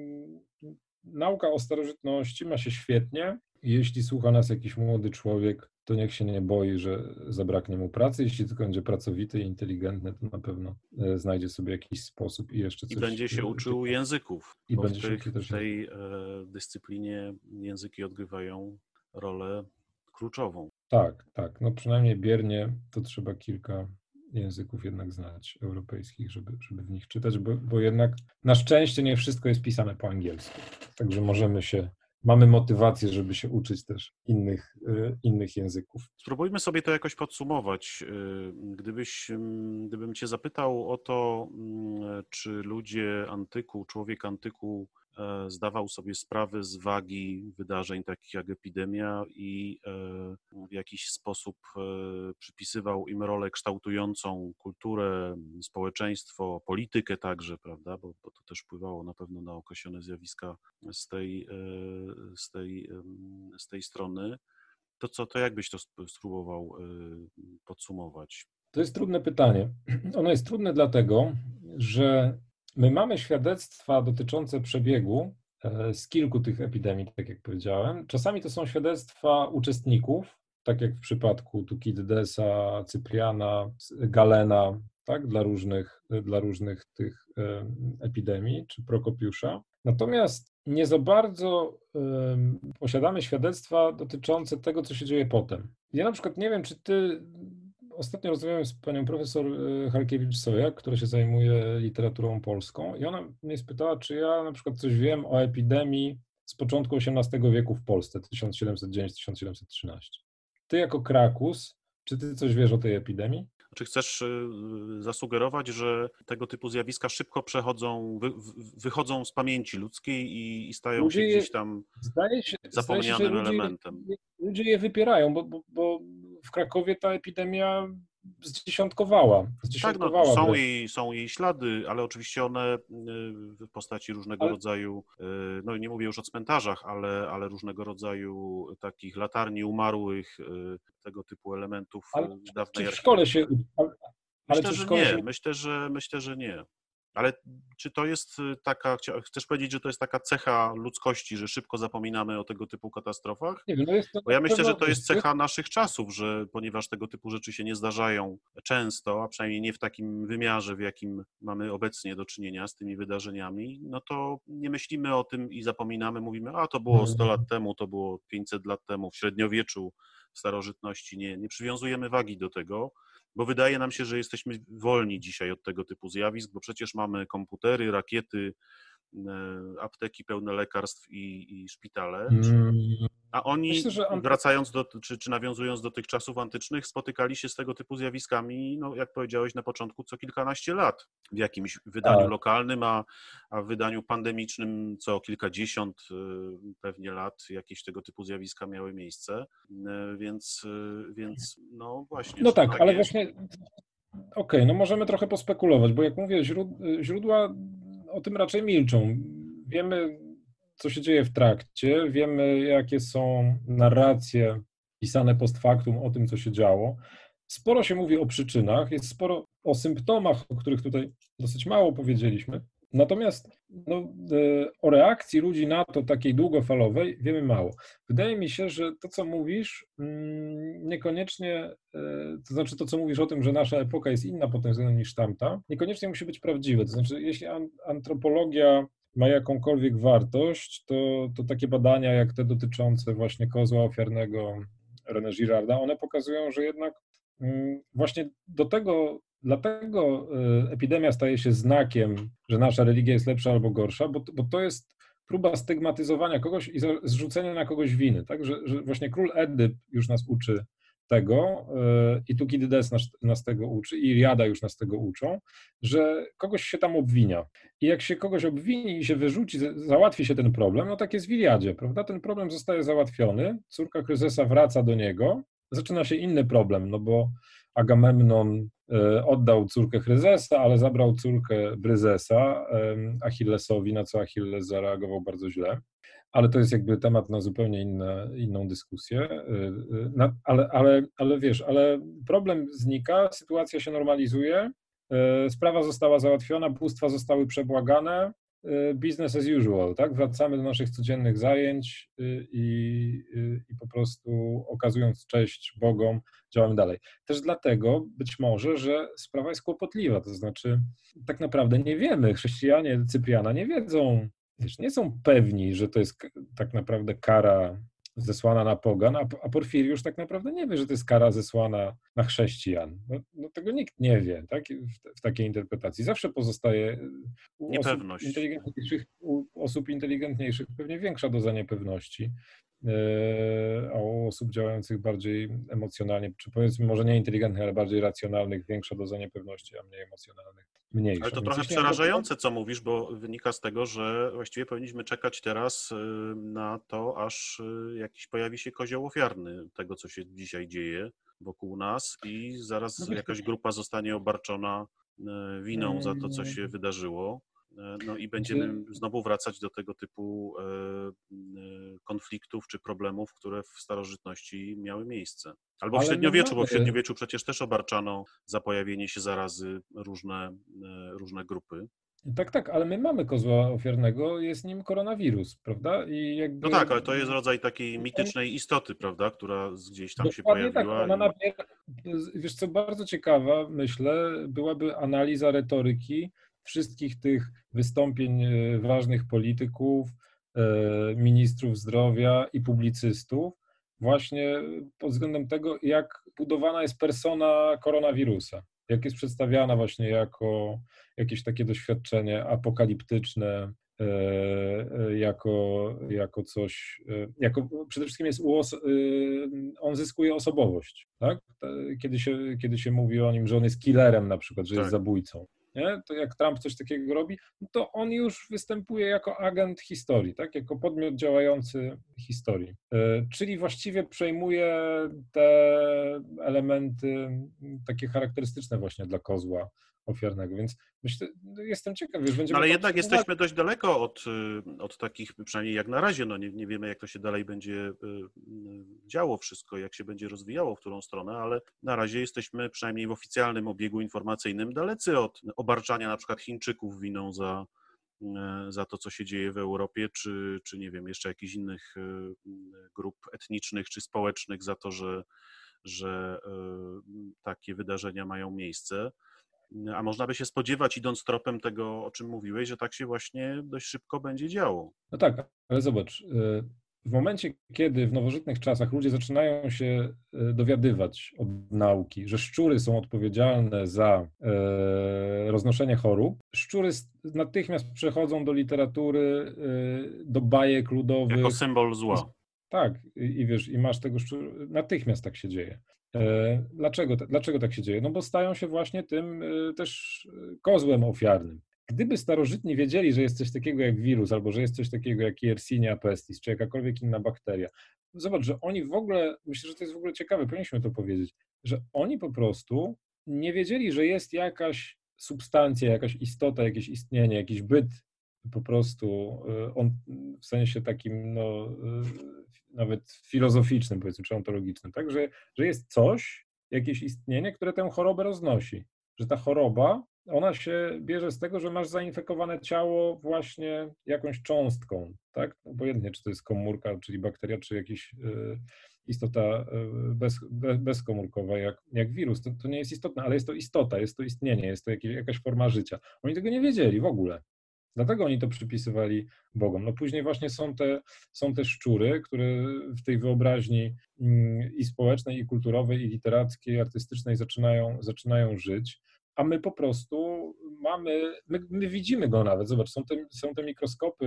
nauka o starożytności ma się świetnie. Jeśli słucha nas jakiś młody człowiek, to niech się nie boi, że zabraknie mu pracy. Jeśli tylko będzie pracowity i inteligentny, to na pewno znajdzie sobie jakiś sposób i jeszcze coś. I będzie się uczył ciekawe. języków, I bo będzie w, się tych, uczył też w tej dyscyplinie języki odgrywają rolę kluczową. Tak, tak. No przynajmniej biernie to trzeba kilka języków jednak znać europejskich, żeby, żeby w nich czytać, bo, bo jednak na szczęście nie wszystko jest pisane po angielsku. Także możemy się, mamy motywację, żeby się uczyć też innych, innych języków. Spróbujmy sobie to jakoś podsumować. Gdybyś, gdybym cię zapytał o to, czy ludzie antyku, człowiek antyku zdawał sobie sprawę z wagi wydarzeń takich jak epidemia i w jakiś sposób przypisywał im rolę kształtującą kulturę, społeczeństwo, politykę także, prawda, bo, bo to też wpływało na pewno na określone zjawiska z tej, z tej, z tej strony, to co, to jak byś to spróbował podsumować? To jest trudne pytanie. Ono jest trudne dlatego, że my mamy świadectwa dotyczące przebiegu z kilku tych epidemii, tak jak powiedziałem. Czasami to są świadectwa uczestników, tak jak w przypadku Tukidydesa, Cypriana, Galena, tak, dla różnych, dla różnych tych epidemii, czy Prokopiusza. Natomiast nie za bardzo um, posiadamy świadectwa dotyczące tego, co się dzieje potem. Ja na przykład nie wiem, czy ty... Ostatnio rozmawiałem z panią profesor Halkiewicz-Sojak, która się zajmuje literaturą polską, i ona mnie spytała, czy ja na przykład coś wiem o epidemii z początku osiemnastego wieku w Polsce, tysiąc siedemset dziewięć do tysiąc siedemset trzynaście. Ty jako Krakus, czy ty coś wiesz o tej epidemii? Czy chcesz zasugerować, że tego typu zjawiska szybko przechodzą, wy, wychodzą z pamięci ludzkiej i, i stają Ludzie się je, gdzieś tam zdaje się, zdaje się, że zapomnianym ludzie, elementem? ludzie je wypierają, bo, bo, bo w Krakowie ta epidemia zdziesiątkowała. Tak, no zdziesiątkowała są wręcz. jej, są jej ślady, ale oczywiście one w postaci różnego Ale rodzaju, no nie mówię już o cmentarzach, ale, ale różnego rodzaju takich latarni umarłych, tego typu elementów Ale czy dawnej w szkole się, architektury. ale, ale Myślę, czy w że szkole nie. się... Myślę, że myślę, że nie. Ale czy to jest taka, chcesz powiedzieć, że to jest taka cecha ludzkości, że szybko zapominamy o tego typu katastrofach? Nie wiem, no jest to Bo ja na myślę, że pewno, to wiesz, jest to jest, cecha naszych czasów, że ponieważ tego typu rzeczy się nie zdarzają często, a przynajmniej nie w takim wymiarze, w jakim mamy obecnie do czynienia z tymi wydarzeniami, no to nie myślimy o tym i zapominamy, mówimy, a to było sto lat temu, to było pięćset lat temu, w średniowieczu, w starożytności. Nie, nie przywiązujemy wagi do tego, bo wydaje nam się, że jesteśmy wolni dzisiaj od tego typu zjawisk, bo przecież mamy komputery, rakiety, apteki pełne lekarstw i, i szpitale. mm, A oni, myślę, że wracając do, czy, czy nawiązując do tych czasów antycznych, spotykali się z tego typu zjawiskami, no jak powiedziałeś na początku, co kilkanaście lat w jakimś wydaniu tak, lokalnym, a, a w wydaniu pandemicznym co kilkadziesiąt pewnie lat jakieś tego typu zjawiska miały miejsce, więc, więc no właśnie, no czy to tak, tak ale jest? właśnie, okej, okay, no możemy trochę pospekulować, bo jak mówię, źródła o tym raczej milczą. Wiemy, co się dzieje w trakcie, wiemy, jakie są narracje pisane post factum o tym, co się działo. Sporo się mówi o przyczynach, jest sporo o symptomach, o których tutaj dosyć mało powiedzieliśmy. Natomiast no, o reakcji ludzi na to takiej długofalowej wiemy mało. Wydaje mi się, że to, co mówisz, niekoniecznie, to znaczy to, co mówisz o tym, że nasza epoka jest inna pod tym względem niż tamta, niekoniecznie musi być prawdziwe. To znaczy, jeśli antropologia ma jakąkolwiek wartość, to, to takie badania jak te dotyczące właśnie kozła ofiarnego René Girarda, one pokazują, że jednak właśnie do tego, dlatego epidemia staje się znakiem, że nasza religia jest lepsza albo gorsza, bo, bo to jest próba stygmatyzowania kogoś i zrzucenia na kogoś winy, tak? Że, że właśnie król Edyp już nas uczy tego i Tukidydes nas, nas tego uczy i Iliada już nas tego uczą, że kogoś się tam obwinia. I jak się kogoś obwini i się wyrzuci, załatwi się ten problem, no tak jest w Iliadzie, prawda? Ten problem zostaje załatwiony, córka Chryzesa wraca do niego, zaczyna się inny problem, no bo Agamemnon oddał córkę Chryzesa, ale zabrał córkę Bryzesa Achillesowi, na co Achilles zareagował bardzo źle. Ale to jest jakby temat na zupełnie inne, inną dyskusję. Na, ale, ale, ale wiesz, ale problem znika, sytuacja się normalizuje, sprawa została załatwiona, bóstwa zostały przebłagane, business as usual, tak? Wracamy do naszych codziennych zajęć i, i po prostu okazując cześć Bogom, działamy dalej. Też dlatego być może, że sprawa jest kłopotliwa, to znaczy tak naprawdę nie wiemy, chrześcijanie Cypriana nie wiedzą, wiesz, nie są pewni, że to jest tak naprawdę kara zesłana na pogan, a Porfiriusz tak naprawdę nie wie, że to jest kara zesłana na chrześcijan. No, no tego nikt nie wie, tak? W, w takiej interpretacji. Zawsze pozostaje u osób inteligentniejszych, u osób inteligentniejszych pewnie większa doza niepewności, a u osób działających bardziej emocjonalnie, czy powiedzmy może nie inteligentnych, ale bardziej racjonalnych, większa doza niepewności, a mniej emocjonalnych mniejsza. Ale to Więc trochę jeśli przerażające, co mówisz, bo wynika z tego, że właściwie powinniśmy czekać teraz na to, aż jakiś pojawi się kozioł ofiarny tego, co się dzisiaj dzieje wokół nas i zaraz jakaś grupa zostanie obarczona winą za to, co się wydarzyło. No i będziemy znowu wracać do tego typu konfliktów czy problemów, które w starożytności miały miejsce. Albo w średniowieczu, bo w średniowieczu przecież też obarczano za pojawienie się zarazy różne, różne grupy. Tak, tak, ale my mamy kozła ofiarnego, jest nim koronawirus, prawda? I jakby... No tak, ale to jest rodzaj takiej mitycznej istoty, prawda, która gdzieś tam się Dokładnie tak, pojawiła. ona I... nabiera, Wiesz co, bardzo ciekawa, myślę, byłaby analiza retoryki wszystkich tych wystąpień e, ważnych polityków, e, ministrów zdrowia i publicystów, właśnie pod względem tego, jak budowana jest persona koronawirusa, jak jest przedstawiana właśnie jako jakieś takie doświadczenie apokaliptyczne, e, e, jako, jako coś, e, jako przede wszystkim jest uos- y, on zyskuje osobowość, tak? Te- Kiedy się, kiedy się mówi o nim, że on jest killerem na przykład, że jest Tak. zabójcą, nie? To jak Trump coś takiego robi, no to on już występuje jako agent historii, tak? Jako podmiot działający historii. E, Czyli właściwie przejmuje te elementy takie charakterystyczne właśnie dla kozła ofiarnego, więc myślę, jestem ciekaw, wiesz, No będziemy ale to jednak obserwować. jesteśmy dość daleko od, y, od takich, przynajmniej jak na razie, no nie, nie wiemy, jak to się dalej będzie y, y, działo wszystko, jak się będzie rozwijało, w którą stronę, ale na razie jesteśmy przynajmniej w oficjalnym obiegu informacyjnym dalecy od obarczania na przykład Chińczyków winą za, y, za to, co się dzieje w Europie, czy, czy nie wiem, jeszcze jakichś innych y, grup etnicznych czy społecznych za to, że, że y, takie wydarzenia mają miejsce. A można by się spodziewać, idąc tropem tego, o czym mówiłeś, że tak się właśnie dość szybko będzie działo. No tak, ale zobacz, y, w momencie, kiedy w nowożytnych czasach ludzie zaczynają się y, dowiadywać od nauki, że szczury są odpowiedzialne za e, roznoszenie chorób, szczury s- natychmiast przechodzą do literatury, y, do bajek Jako ludowych. symbol I, zła. tak, i, i wiesz, i masz tego szczura, natychmiast tak się dzieje. E, Dlaczego, ta- dlaczego tak się dzieje? No bo stają się właśnie tym y, też y, kozłem ofiarnym. Gdyby starożytni wiedzieli, że jest coś takiego jak wirus, albo że jest coś takiego jak Yersinia pestis, czy jakakolwiek inna bakteria, zobacz, że oni w ogóle, myślę, że to jest w ogóle ciekawe, powinniśmy to powiedzieć, że oni po prostu nie wiedzieli, że jest jakaś substancja, jakaś istota, jakieś istnienie, jakiś byt po prostu, y, on w sensie takim, no, y, nawet filozoficznym, powiedzmy, czy ontologicznym, tak, że, że jest coś, jakieś istnienie, które tę chorobę roznosi, że ta choroba ona się bierze z tego, że masz zainfekowane ciało właśnie jakąś cząstką, tak? Obojętnie, czy to jest komórka, czyli bakteria, czy jakaś y, istota y, bez, be, bezkomórkowa, jak, jak wirus. To, to nie jest istotne, ale jest to istota, jest to istnienie, jest to jakieś, jakaś forma życia. Oni tego nie wiedzieli w ogóle. Dlatego oni to przypisywali Bogom. No później właśnie są te, są te szczury, które w tej wyobraźni mm, i społecznej, i kulturowej, i literackiej, i artystycznej zaczynają, zaczynają żyć, a my po prostu mamy, my, my widzimy go nawet, zobacz, są te, są te mikroskopy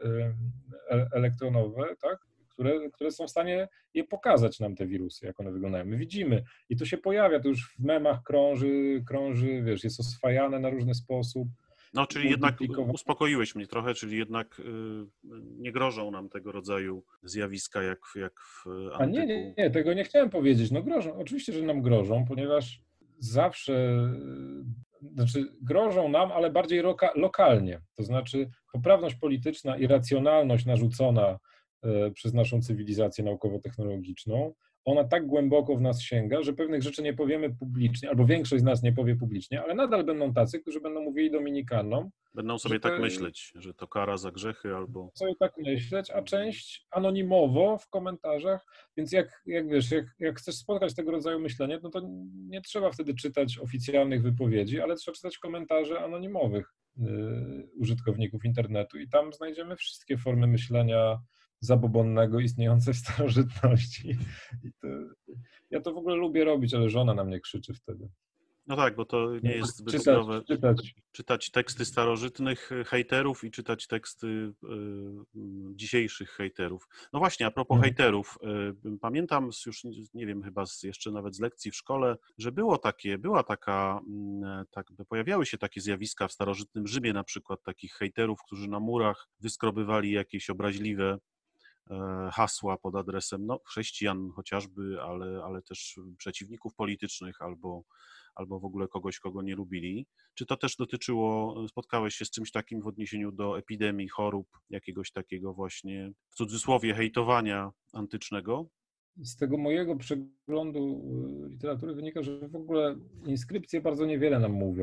e, elektronowe, tak, które, które są w stanie je pokazać nam, te wirusy, jak one wyglądają. My widzimy i to się pojawia, to już w memach krąży, krąży, wiesz, jest oswajane na różny sposób, No, czyli jednak multiplikowane. uspokoiłeś mnie trochę, czyli jednak y, nie grożą nam tego rodzaju zjawiska jak, jak w A nie, nie, antyku. nie, tego nie chciałem powiedzieć. No grożą, oczywiście, że nam grożą, ponieważ zawsze, y, znaczy grożą nam, ale bardziej loka, lokalnie. To znaczy poprawność polityczna i racjonalność narzucona y, przez naszą cywilizację naukowo-technologiczną, ona tak głęboko w nas sięga, że pewnych rzeczy nie powiemy publicznie, albo większość z nas nie powie publicznie, ale nadal będą tacy, którzy będą mówili Dominikanom, Będą że sobie to tak myśleć, że to kara za grzechy albo... sobie tak myśleć, a część anonimowo w komentarzach, więc jak, jak wiesz, jak, jak chcesz spotkać tego rodzaju myślenie, no to nie trzeba wtedy czytać oficjalnych wypowiedzi, ale trzeba czytać komentarze anonimowych y, użytkowników internetu i tam znajdziemy wszystkie formy myślenia zabobonnego istniejące w starożytności. I to, ja to w ogóle lubię robić, ale żona na mnie krzyczy wtedy. No tak, bo to nie jest zbyt Czytać, zdrowe. czytać. Czytać teksty starożytnych hejterów i czytać teksty y, dzisiejszych hejterów. No właśnie, a propos Mhm. hejterów, y, pamiętam z już, nie wiem, chyba z, jeszcze nawet z lekcji w szkole, że było takie, była taka, mm, tak, pojawiały się takie zjawiska w starożytnym Rzymie, na przykład takich hejterów, którzy na murach wyskrobywali jakieś obraźliwe e, hasła pod adresem no, chrześcijan chociażby, ale, ale też przeciwników politycznych albo, albo w ogóle kogoś, kogo nie lubili. Czy to też dotyczyło, spotkałeś się z czymś takim w odniesieniu do epidemii, chorób, jakiegoś takiego właśnie, w cudzysłowie, hejtowania antycznego? Z tego mojego przeglądu y, literatury wynika, że w ogóle inskrypcje bardzo niewiele nam mówią.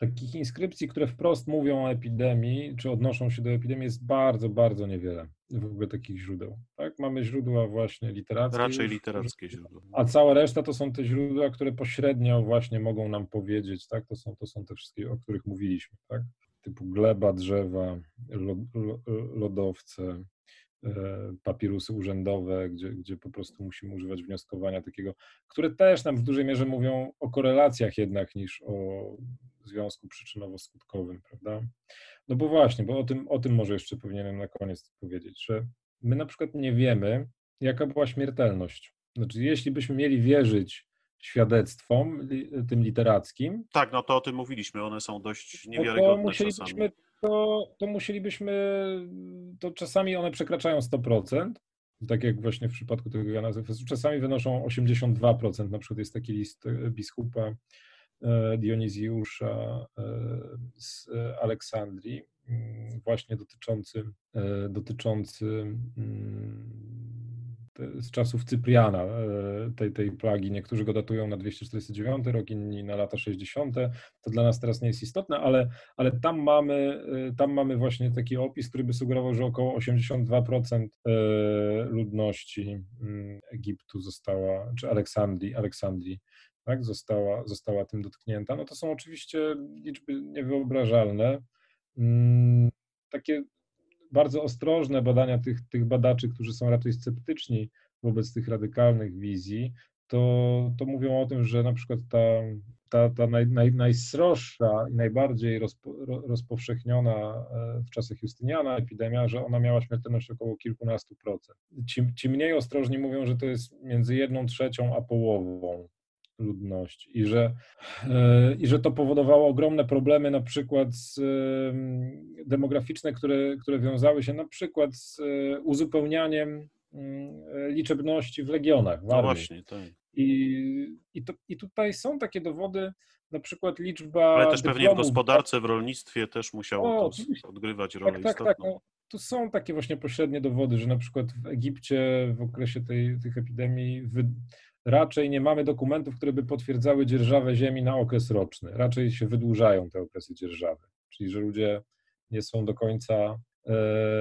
takich inskrypcji, które wprost mówią o epidemii, czy odnoszą się do epidemii, jest bardzo, bardzo niewiele w ogóle takich źródeł. Tak? Mamy źródła właśnie literackie Raczej już, literackie źródła. a cała reszta to są te źródła, które pośrednio właśnie mogą nam powiedzieć, tak? To są, to są te wszystkie, o których mówiliśmy, tak? Typu gleba, drzewa, lo, lo, lodowce, papirusy urzędowe, gdzie, gdzie po prostu musimy używać wnioskowania takiego, które też nam w dużej mierze mówią o korelacjach jednak niż o związku przyczynowo-skutkowym, prawda? No bo właśnie, bo o tym, o tym może jeszcze powinienem na koniec powiedzieć, że my na przykład nie wiemy, jaka była śmiertelność. Znaczy, jeśli byśmy mieli wierzyć świadectwom tym literackim, Tak, no to o tym mówiliśmy, one są dość no to niewiarygodne czasami. musielibyśmy, to, to musielibyśmy, to czasami one przekraczają sto procent, tak jak właśnie w przypadku tego Jana Zefesu, czasami wynoszą osiemdziesiąt dwa procent, na przykład jest taki list biskupa Dionizjusza z Aleksandrii, właśnie dotyczący, dotyczący z czasów Cypriana, tej, tej plagi. Niektórzy go datują na dwieście czterdzieści dziewiąty rok, inni na lata sześćdziesiąte. To dla nas teraz nie jest istotne, ale, ale tam mamy, tam mamy właśnie taki opis, który by sugerował, że około osiemdziesiąt dwa procent ludności Egiptu została, czy Aleksandrii, Aleksandrii tak, została, została tym dotknięta. No to są oczywiście liczby niewyobrażalne. Takie bardzo ostrożne badania tych, tych badaczy, którzy są raczej sceptyczni wobec tych radykalnych wizji, to, to mówią o tym, że na przykład ta, ta, ta naj, naj, najsroższa i najbardziej rozpo, rozpowszechniona w czasach Justyniana epidemia, że ona miała śmiertelność około kilkunastu procent. Ci, ci mniej ostrożni mówią, że to jest między jedną trzecią a połową ludności i że, i że to powodowało ogromne problemy na przykład z, demograficzne, które, które wiązały się na przykład z uzupełnianiem liczebności w legionach, w No armii. właśnie, tak. I, i, to, I tutaj są takie dowody, na przykład liczba Ale też pewnie w dyplomów. gospodarce, w rolnictwie też musiało O, to oczywiście. odgrywać rolę Tak, tak, tak. istotną. No, tu są takie właśnie pośrednie dowody, że na przykład w Egipcie w okresie tej, tych epidemii wy, raczej nie mamy dokumentów, które by potwierdzały dzierżawę ziemi na okres roczny. Raczej się wydłużają te okresy dzierżawy. Czyli, że ludzie nie są do końca e,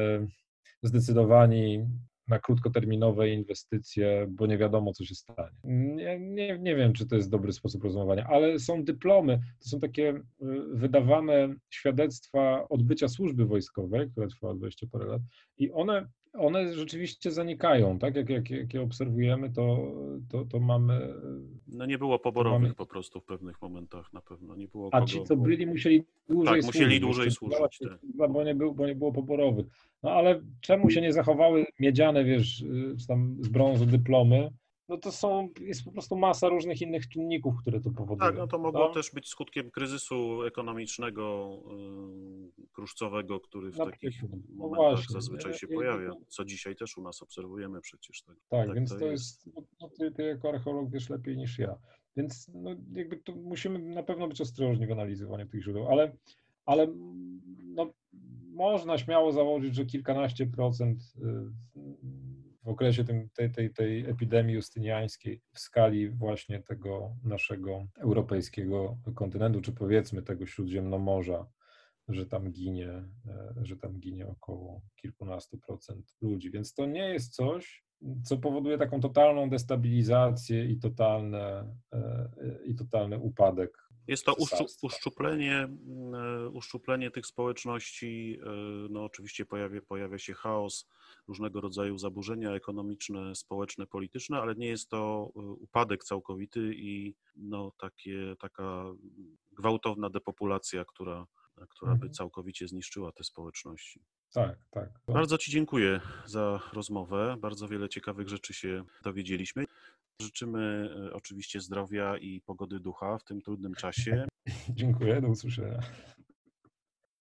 zdecydowani na krótkoterminowe inwestycje, bo nie wiadomo, co się stanie. Nie, nie, nie wiem, czy to jest dobry sposób rozumowania, ale są dyplomy, to są takie wydawane świadectwa odbycia służby wojskowej, która trwała dwadzieścia parę lat i one, one rzeczywiście zanikają, tak? Jak, jak, jak je obserwujemy, to, to, to mamy... No nie było poborowych mamy... po prostu w pewnych momentach na pewno, nie było A kogo... ci, co byli, musieli dłużej tak, służyć. musieli dłużej służyć. Tak. Bo nie, był, bo nie było poborowych. No ale czemu się nie zachowały miedziane, wiesz, czy tam z brązu dyplomy? No to są, jest po prostu masa różnych innych czynników, które to powodują. Tak, no to mogło no? też być skutkiem kryzysu ekonomicznego, yy, kruszcowego, który w Na takich przykład. No momentach właśnie. zazwyczaj się Ja- ja- pojawia, co dzisiaj też u nas obserwujemy przecież. Tak, Tak, więc to jest, no, ty, ty jako archeolog wiesz lepiej niż ja. Więc no, jakby tu musimy na pewno być ostrożni w analizowaniu tych źródeł, ale, ale no, można śmiało założyć, że kilkanaście procent y, w okresie tym, tej, tej, tej epidemii justyniańskiej w skali właśnie tego naszego europejskiego kontynentu, czy powiedzmy tego Śródziemnomorza, że tam ginie, e, że tam ginie około kilkunastu procent ludzi. Więc to nie jest coś, co powoduje taką totalną destabilizację i totalne, e, i totalny upadek. Jest to uszczu, cesarstwa. uszczuplenie, e, uszczuplenie tych społeczności, e, no oczywiście pojawia, pojawia się chaos, różnego rodzaju zaburzenia ekonomiczne, społeczne, polityczne, ale nie jest to e, upadek całkowity i no takie, taka gwałtowna depopulacja, która, która by Mhm. całkowicie zniszczyła te społeczności. Tak, tak. Bardzo Ci dziękuję za rozmowę, bardzo wiele ciekawych rzeczy się dowiedzieliśmy. Życzymy e, oczywiście zdrowia i pogody ducha w tym trudnym czasie. Dziękuję, do usłyszenia.